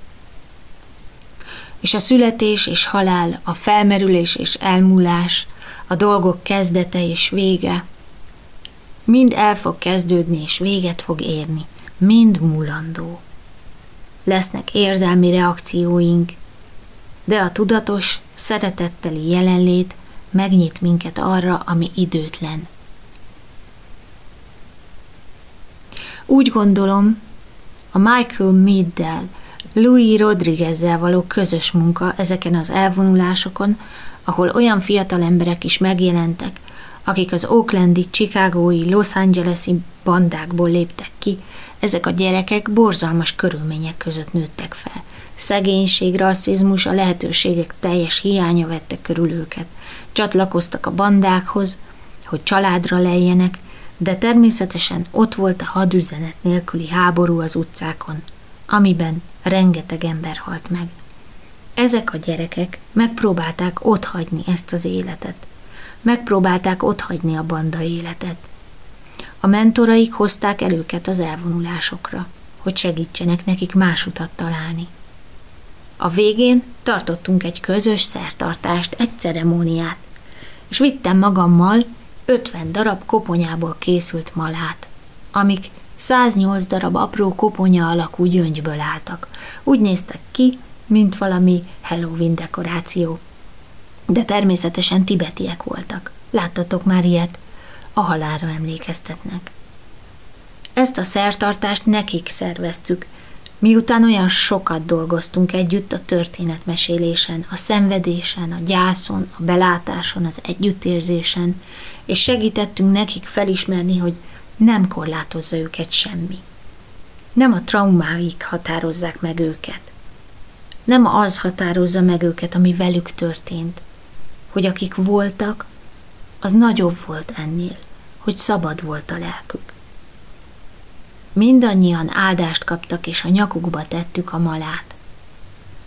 A: És a születés és halál, a felmerülés és elmúlás, a dolgok kezdete és vége, mind el fog kezdődni és véget fog érni, mind múlandó. Lesznek érzelmi reakcióink, de a tudatos, szeretetteli jelenlét megnyit minket arra, ami időtlen. Úgy gondolom, a Michael Meaddel, Louis Rodriguezzel való közös munka ezeken az elvonulásokon, ahol olyan fiatal emberek is megjelentek, akik az oaklandi, chicagói, Los Angeles-i bandákból léptek ki, ezek a gyerekek borzalmas körülmények között nőttek fel. Szegénység, rasszizmus, a lehetőségek teljes hiánya vette körül őket. Csatlakoztak a bandákhoz, hogy családra lejjenek, de természetesen ott volt a hadüzenet nélküli háború az utcákon, amiben rengeteg ember halt meg. Ezek a gyerekek megpróbálták otthagyni ezt az életet. Megpróbálták otthagyni a banda életet. A mentoraik hozták el őket az elvonulásokra, hogy segítsenek nekik más utat találni. A végén tartottunk egy közös szertartást, egy ceremóniát, és vittem magammal ötven darab koponyából készült malát, amik száznyolc darab apró koponya alakú gyöngyből álltak. Úgy néztek ki, mint valami Halloween dekoráció. De természetesen tibetiek voltak. Láttatok már ilyet? A halálra emlékeztetnek. Ezt a szertartást nekik szerveztük, miután olyan sokat dolgoztunk együtt a történetmesélésen, a szenvedésen, a gyászon, a belátáson, az együttérzésen, és segítettünk nekik felismerni, hogy nem korlátozza őket semmi. Nem a traumáik határozzák meg őket. Nem az határozza meg őket, ami velük történt, hogy akik voltak, az nagyobb volt ennél, hogy szabad volt a lelkük. Mindannyian áldást kaptak, és a nyakukba tettük a malát.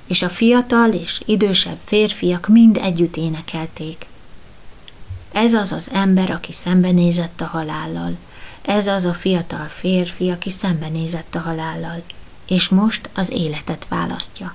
A: és a fiatal és idősebb férfiak mind együtt énekelték. Ez az az ember, aki szembenézett a halállal. Ez az a fiatal férfi, aki szembenézett a halállal, és most az életet választja.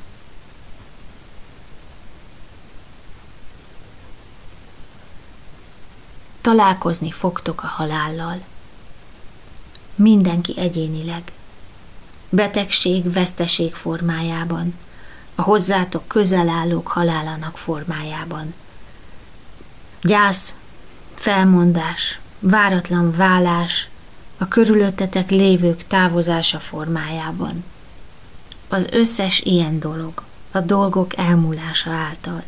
A: Találkozni fogtok a halállal. Mindenki egyénileg. Betegség, veszteség formájában, a hozzátok közel állók halálának formájában. Gyász, felmondás, váratlan válás, a körülöttetek lévők távozása formájában. Az összes ilyen dolog, a dolgok elmúlása által.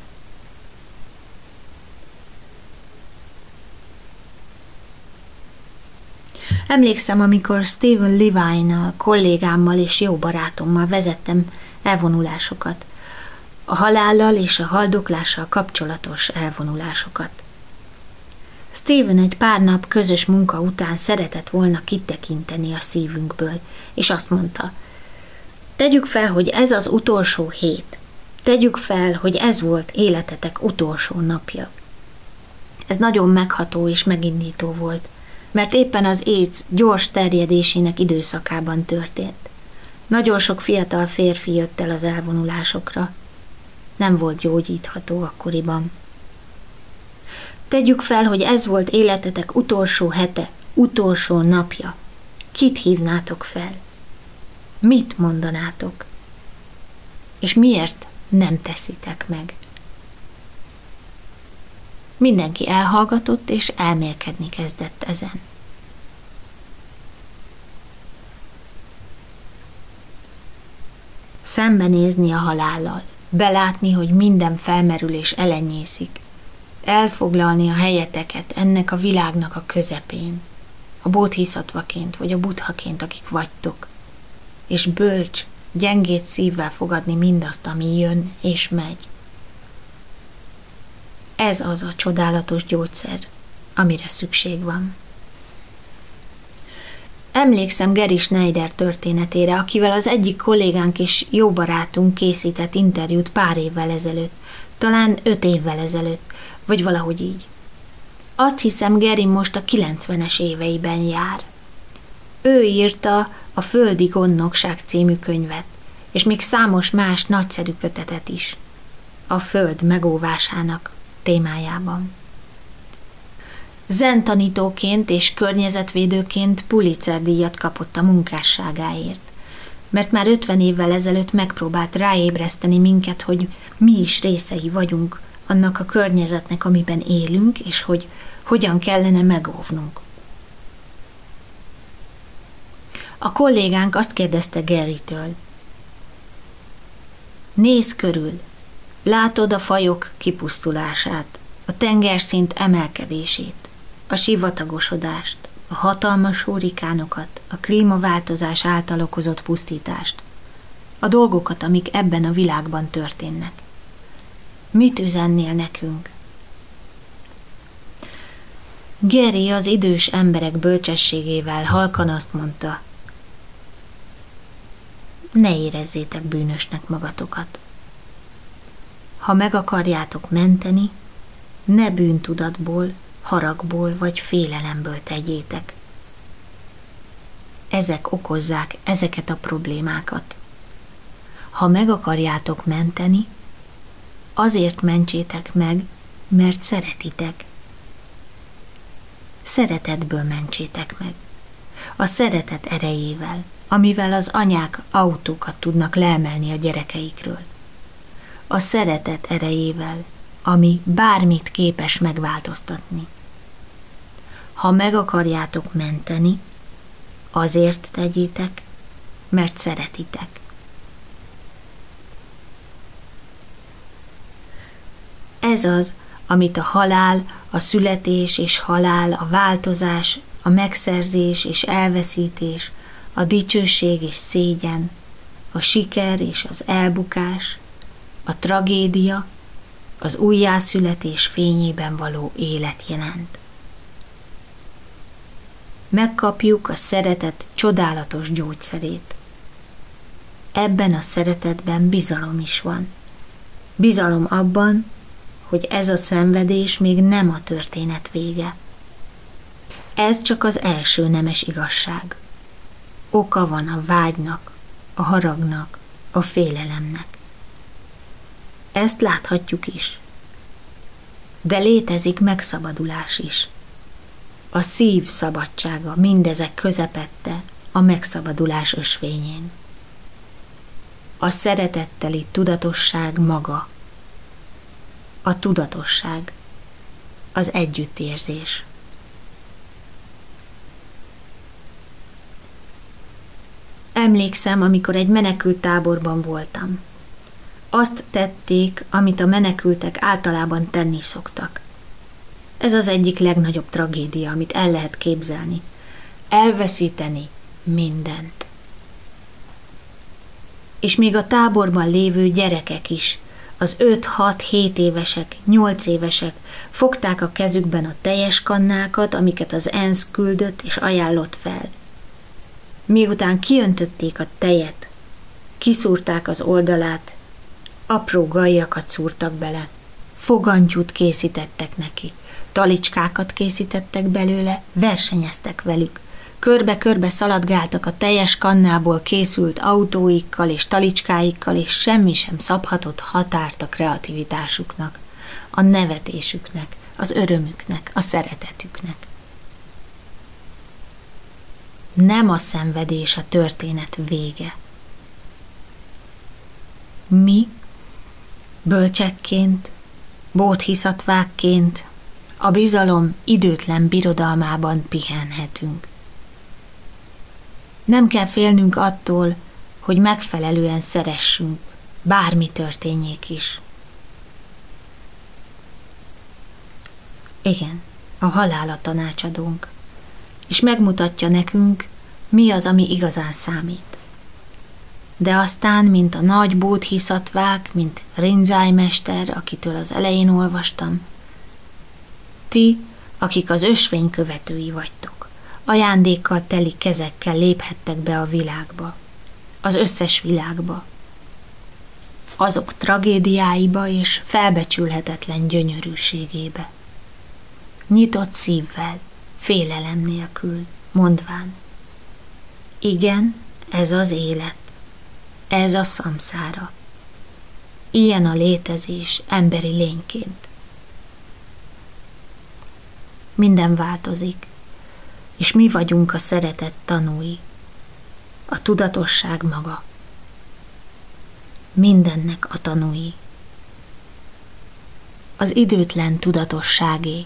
A: Emlékszem, amikor Stephen Levine-nal, kollégámmal és jó barátommal vezettem elvonulásokat, a halállal és a haldoklással kapcsolatos elvonulásokat. Stephen egy pár nap közös munka után szeretett volna kitekinteni a szívünkből, és azt mondta, tegyük fel, hogy ez az utolsó hét, tegyük fel, hogy ez volt életetek utolsó napja. Ez nagyon megható és megindító volt, mert éppen az AIDS gyors terjedésének időszakában történt. Nagyon sok fiatal férfi jött el az elvonulásokra. Nem volt gyógyítható akkoriban. Tegyük fel, hogy ez volt életetek utolsó hete, utolsó napja. Kit hívnátok fel? Mit mondanátok? És miért nem teszitek meg? Mindenki elhallgatott és elmélkedni kezdett ezen. Szembenézni a halállal, belátni, hogy minden felmerül és elenyészik, elfoglalni a helyeteket ennek a világnak a közepén, a bódhiszatvaként vagy a buddhaként, akik vagytok, és bölcs, gyengét szívvel fogadni mindazt, ami jön és megy. Ez az a csodálatos gyógyszer, amire szükség van. Emlékszem Gary Schneider történetére, akivel az egyik kollégánk és jó barátunk készített interjút pár évvel ezelőtt, talán öt évvel ezelőtt, vagy valahogy így. Azt hiszem, Gary most a kilencvenes éveiben jár. Ő írta a Földi gondnokság című könyvet, és még számos más nagyszerű kötetet is. A Föld megóvásának témájában. Zen tanítóként és környezetvédőként Pulitzer-díjat kapott a munkásságáért, mert már ötven évvel ezelőtt megpróbált ráébreszteni minket, hogy mi is részei vagyunk annak a környezetnek, amiben élünk, és hogy hogyan kellene megóvnunk. A kollégánk azt kérdezte Garytől, nézz körül, látod a fajok kipusztulását, a tengerszint emelkedését, a sivatagosodást, a hatalmas hurrikánokat, a klímaváltozás által okozott pusztítást, a dolgokat, amik ebben a világban történnek. Mit üzennél nekünk? Gary az idős emberek bölcsességével halkan azt mondta, ne érezzétek bűnösnek magatokat. Ha meg akarjátok menteni, ne bűntudatból, haragból vagy félelemből tegyétek. Ezek okozzák ezeket a problémákat. Ha meg akarjátok menteni, azért mentsétek meg, mert szeretitek. Szeretetből mentsétek meg. A szeretet erejével, amivel az anyák autókat tudnak leemelni a gyerekeikről. A szeretet erejével, ami bármit képes megváltoztatni. Ha meg akarjátok menteni, azért tegyétek, mert szeretitek. Ez az, amit a halál, a születés és halál, a változás, a megszerzés és elveszítés, a dicsőség és szégyen, a siker és az elbukás, a tragédia, az újjászületés fényében való élet jelent. Megkapjuk a szeretet csodálatos gyógyszerét. Ebben a szeretetben bizalom is van. Bizalom abban, hogy ez a szenvedés még nem a történet vége. Ez csak az első nemes igazság. Oka van a vágynak, a haragnak, a félelemnek. Ezt láthatjuk is. De létezik megszabadulás is. A szív szabadsága mindezek közepette a megszabadulás ösvényén. A szeretetteli tudatosság maga. A tudatosság, az együttérzés. Emlékszem, amikor egy menekült táborban voltam. Azt tették, amit a menekültek általában tenni szoktak. Ez az egyik legnagyobb tragédia, amit el lehet képzelni. Elveszíteni mindent. És még a táborban lévő gyerekek is, az öt-hat-hét évesek, nyolc évesek fogták a kezükben a teljes kannákat, amiket az ENSZ küldött és ajánlott fel. Miután kiöntötték a tejet, kiszúrták az oldalát, apró gajjakat szúrtak bele, fogantyút készítettek neki, talicskákat készítettek belőle, versenyeztek velük, körbe-körbe szaladgáltak a teljes kannából készült autóikkal és talicskáikkal, és semmi sem szabhatott határt a kreativitásuknak, a nevetésüknek, az örömüknek, a szeretetüknek. Nem a szenvedés a történet vége. Mi, bölcsekként, bódhiszatvákként a bizalom időtlen birodalmában pihenhetünk. Nem kell félnünk attól, hogy megfelelően szeressünk, bármi történjék is. Igen, a halál a tanácsadónk, és megmutatja nekünk, mi az, ami igazán számít. De aztán, mint a nagy bódhiszatvák, mint Rinzai mester, akitől az elején olvastam, ti, akik az ösvény követői vagytok, ajándékkal teli kezekkel léphettek be a világba, az összes világba, azok tragédiáiba és felbecsülhetetlen gyönyörűségébe. Nyitott szívvel, félelem nélkül, mondván: igen, ez az élet, ez a szamszára. Ilyen a létezés emberi lényként. Minden változik, és mi vagyunk a szeretet tanúi, a tudatosság maga. Mindennek a tanúi. Az időtlen tudatosságé.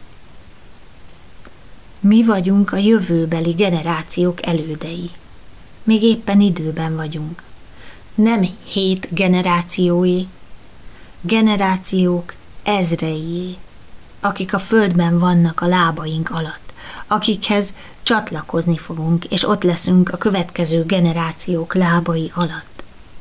A: Mi vagyunk a jövőbeli generációk elődei. Még éppen időben vagyunk. Nem hét generációé, generációk ezreié, akik a földben vannak a lábaink alatt, akikhez csatlakozni fogunk, és ott leszünk a következő generációk lábai alatt.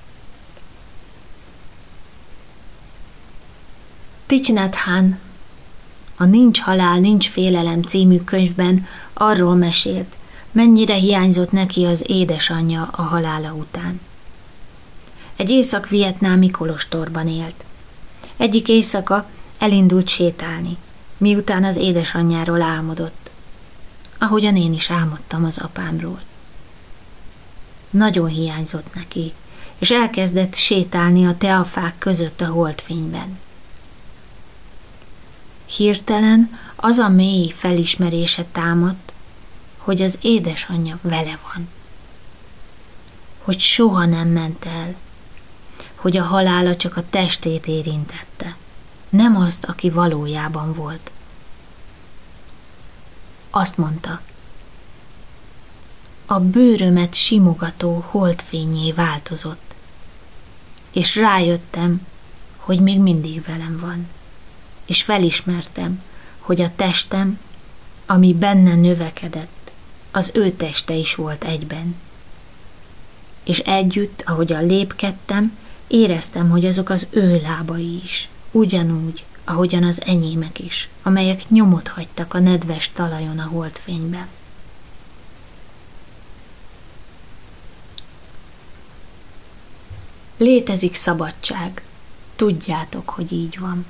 A: Thich Nhat Hanh a Nincs halál, nincs félelem című könyvben arról mesélt, mennyire hiányzott neki az édesanyja a halála után. Egy észak-vietnámi kolostorban élt. Egyik éjszaka elindult sétálni, miután az édesanyjáról álmodott, ahogyan én is álmodtam az apámról. Nagyon hiányzott neki, és elkezdett sétálni a teafák között a holdfényben. Hirtelen az a mély felismerése támadt, hogy az édesanyja vele van, hogy soha nem ment el, hogy a halála csak a testét érintette, nem azt, aki valójában volt. Azt mondta: a bőrömet simogató holdfénnyé változott, és rájöttem, hogy még mindig velem van, és felismertem, hogy a testem, ami benne növekedett, az ő teste is volt egyben. És együtt, ahogyan lépkedtem, éreztem, hogy azok az ő lábai is, ugyanúgy, ahogyan az enyémek is, amelyek nyomot hagytak a nedves talajon a Létezik szabadság. Tudjátok, hogy így van.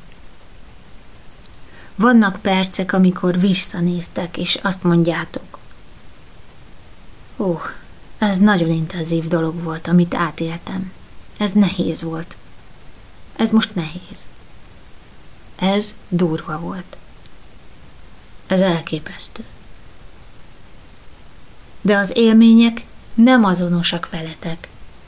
A: Vannak percek, amikor visszanéztek, és azt mondjátok: Ó, ez nagyon intenzív dolog volt, amit átéltem. Ez nehéz volt. Ez most nehéz. Ez durva volt. Ez elképesztő. De az élmények nem azonosak veletek.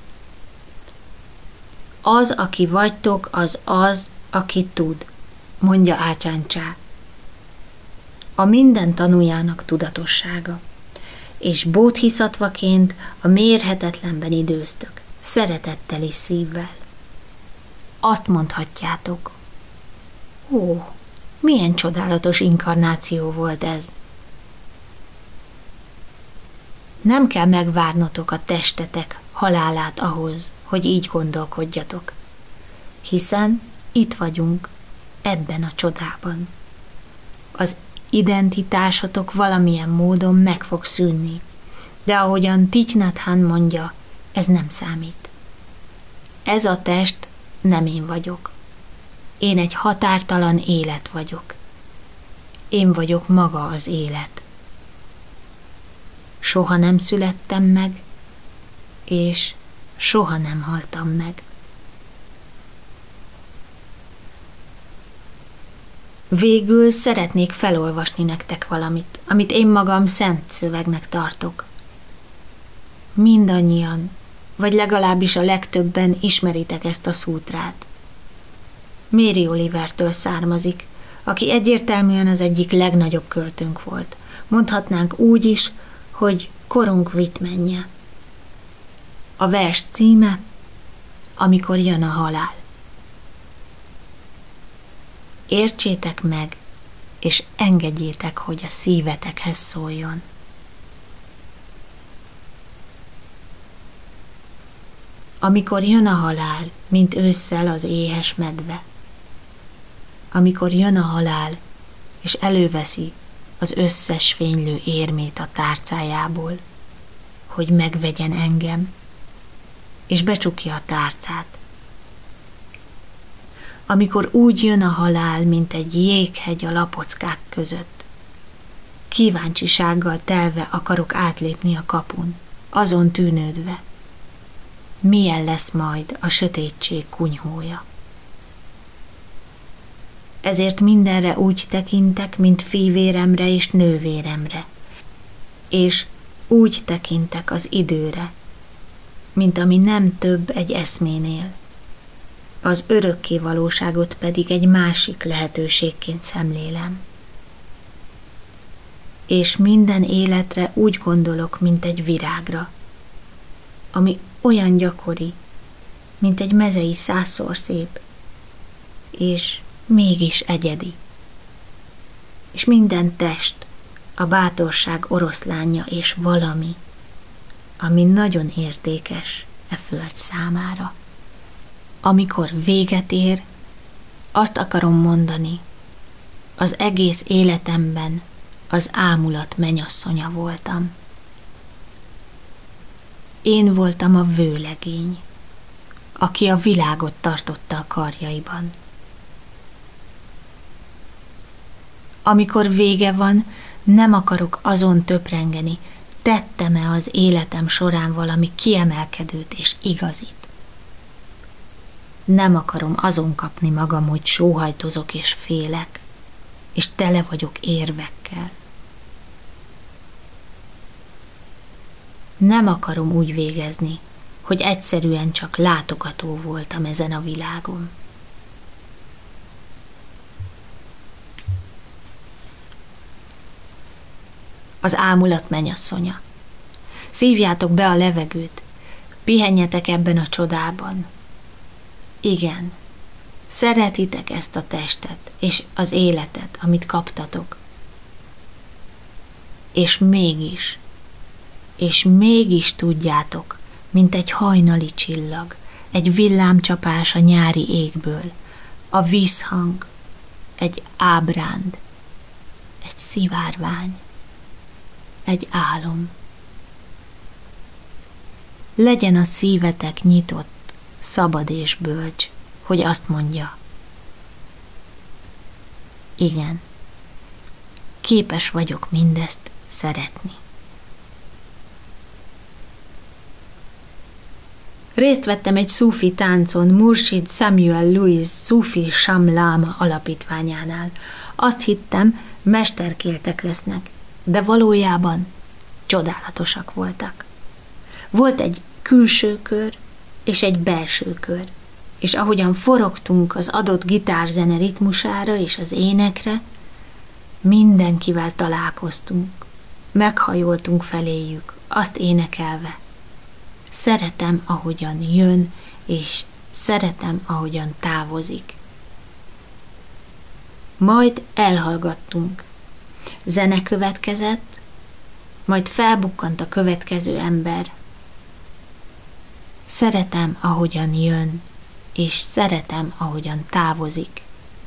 A: Az, aki vagytok, az az, aki tud, mondja Ácsán Csá. A minden tanújának tudatossága, és bódhiszatvaként a mérhetetlenben időztök, szeretetteli szívvel. Azt mondhatjátok: Ó, milyen csodálatos inkarnáció volt ez! Nem kell megvárnotok a testetek halálát ahhoz, hogy így gondolkodjatok, hiszen itt vagyunk, ebben a csodában. Az identitásotok valamilyen módon meg fog szűnni, de ahogyan Thich Nhat Hanh mondja, ez nem számít. Ez a test nem én vagyok. Én egy határtalan élet vagyok. Én vagyok maga az élet. Soha nem születtem meg, és soha nem haltam meg. Végül szeretnék felolvasni nektek valamit, amit én magam szent szövegnek tartok. Mindannyian, vagy legalábbis a legtöbben ismeritek ezt a szútrát. Mary Olivertől származik, aki egyértelműen az egyik legnagyobb költőnk volt. Mondhatnánk úgy is, hogy korunk vitmenje. A vers címe: Amikor jön a halál. Értsétek meg, és engedjétek, hogy a szívetekhez szóljon. Amikor jön a halál, mint ősszel az éhes medve. Amikor jön a halál, és előveszi az összes fénylő érmét a tárcájából, hogy megvegyen engem, és becsukja a tárcát. Amikor úgy jön a halál, mint egy jéghegy a lapockák között. Kíváncsisággal telve akarok átlépni a kapun, azon tűnődve. Milyen lesz majd a sötétség kunyhója? Ezért mindenre úgy tekintek, mint fivéremre és nővéremre, és úgy tekintek az időre, mint ami nem több egy eszménél. Az örökké valóságot pedig egy másik lehetőségként szemlélem. És minden életre úgy gondolok, mint egy virágra, ami olyan gyakori, mint egy mezei százszor szép, és mégis egyedi. És minden test a bátorság oroszlánja és valami, ami nagyon értékes e föld számára. Amikor véget ér, azt akarom mondani, az egész életemben az ámulat menyasszonya voltam. Én voltam a vőlegény, aki a világot tartotta a karjaiban. Amikor vége van, nem akarok azon töprengeni, tettem-e az életem során valami kiemelkedőt és igazit. Nem akarom azon kapni magam, hogy sóhajtozok és félek, és tele vagyok érvekkel. Nem akarom úgy végezni, hogy egyszerűen csak látogató voltam ezen a világon. Az ámulat menyasszonya. Szívjátok be a levegőt, pihenjetek ebben a csodában. Igen, szeretitek ezt a testet és az életet, amit kaptatok. És mégis, és mégis tudjátok, mint egy hajnali csillag, egy villámcsapás a nyári égből, a vízhang, egy ábránd, egy szivárvány, egy álom. Legyen a szívetek nyitott szabad és bölcs, hogy azt mondja. Igen, képes vagyok mindezt szeretni. Részt vettem egy szufi táncon Murshid Samuel Louis Sufi Sham Lama alapítványánál. Azt hittem, mesterkéltek lesznek, de valójában csodálatosak voltak. Volt egy külső kör és egy belső kör, és ahogyan forogtunk az adott gitárzene ritmusára és az énekre, mindenkivel találkoztunk, meghajoltunk feléjük, azt énekelve. Szeretem, ahogyan jön, és szeretem, ahogyan távozik. Majd elhallgattunk. Zene következett, majd felbukkant a következő ember. Szeretem, ahogyan jön, és szeretem, ahogyan távozik.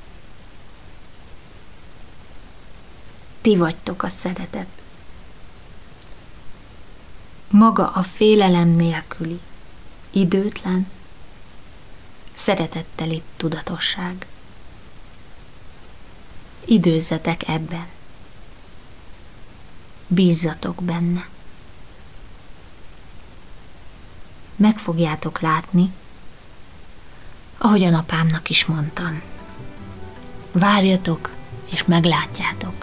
A: Ti vagytok a szeretet. Maga a félelem nélküli, időtlen, szeretetteli tudatosság. Időzzetek ebben. Bízzatok benne. Meg fogjátok látni, ahogyan apámnak is mondtam. Várjatok, és meglátjátok.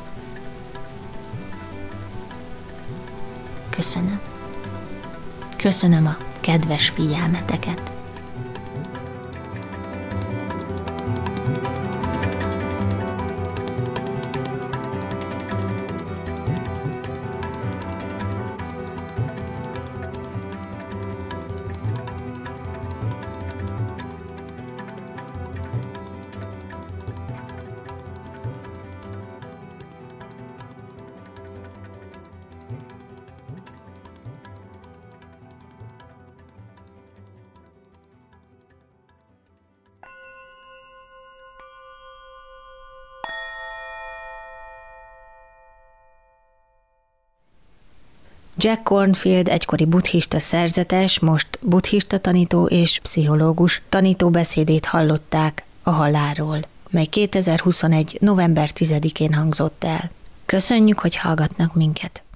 A: Köszönöm. Köszönöm a kedves figyelmeteket. Jack Kornfield egykori buddhista szerzetes, most buddhista tanító és pszichológus tanítóbeszédét hallották a halálról, mely kétezer-huszonegy. november tizedikén hangzott el. Köszönjük, hogy hallgatnak minket!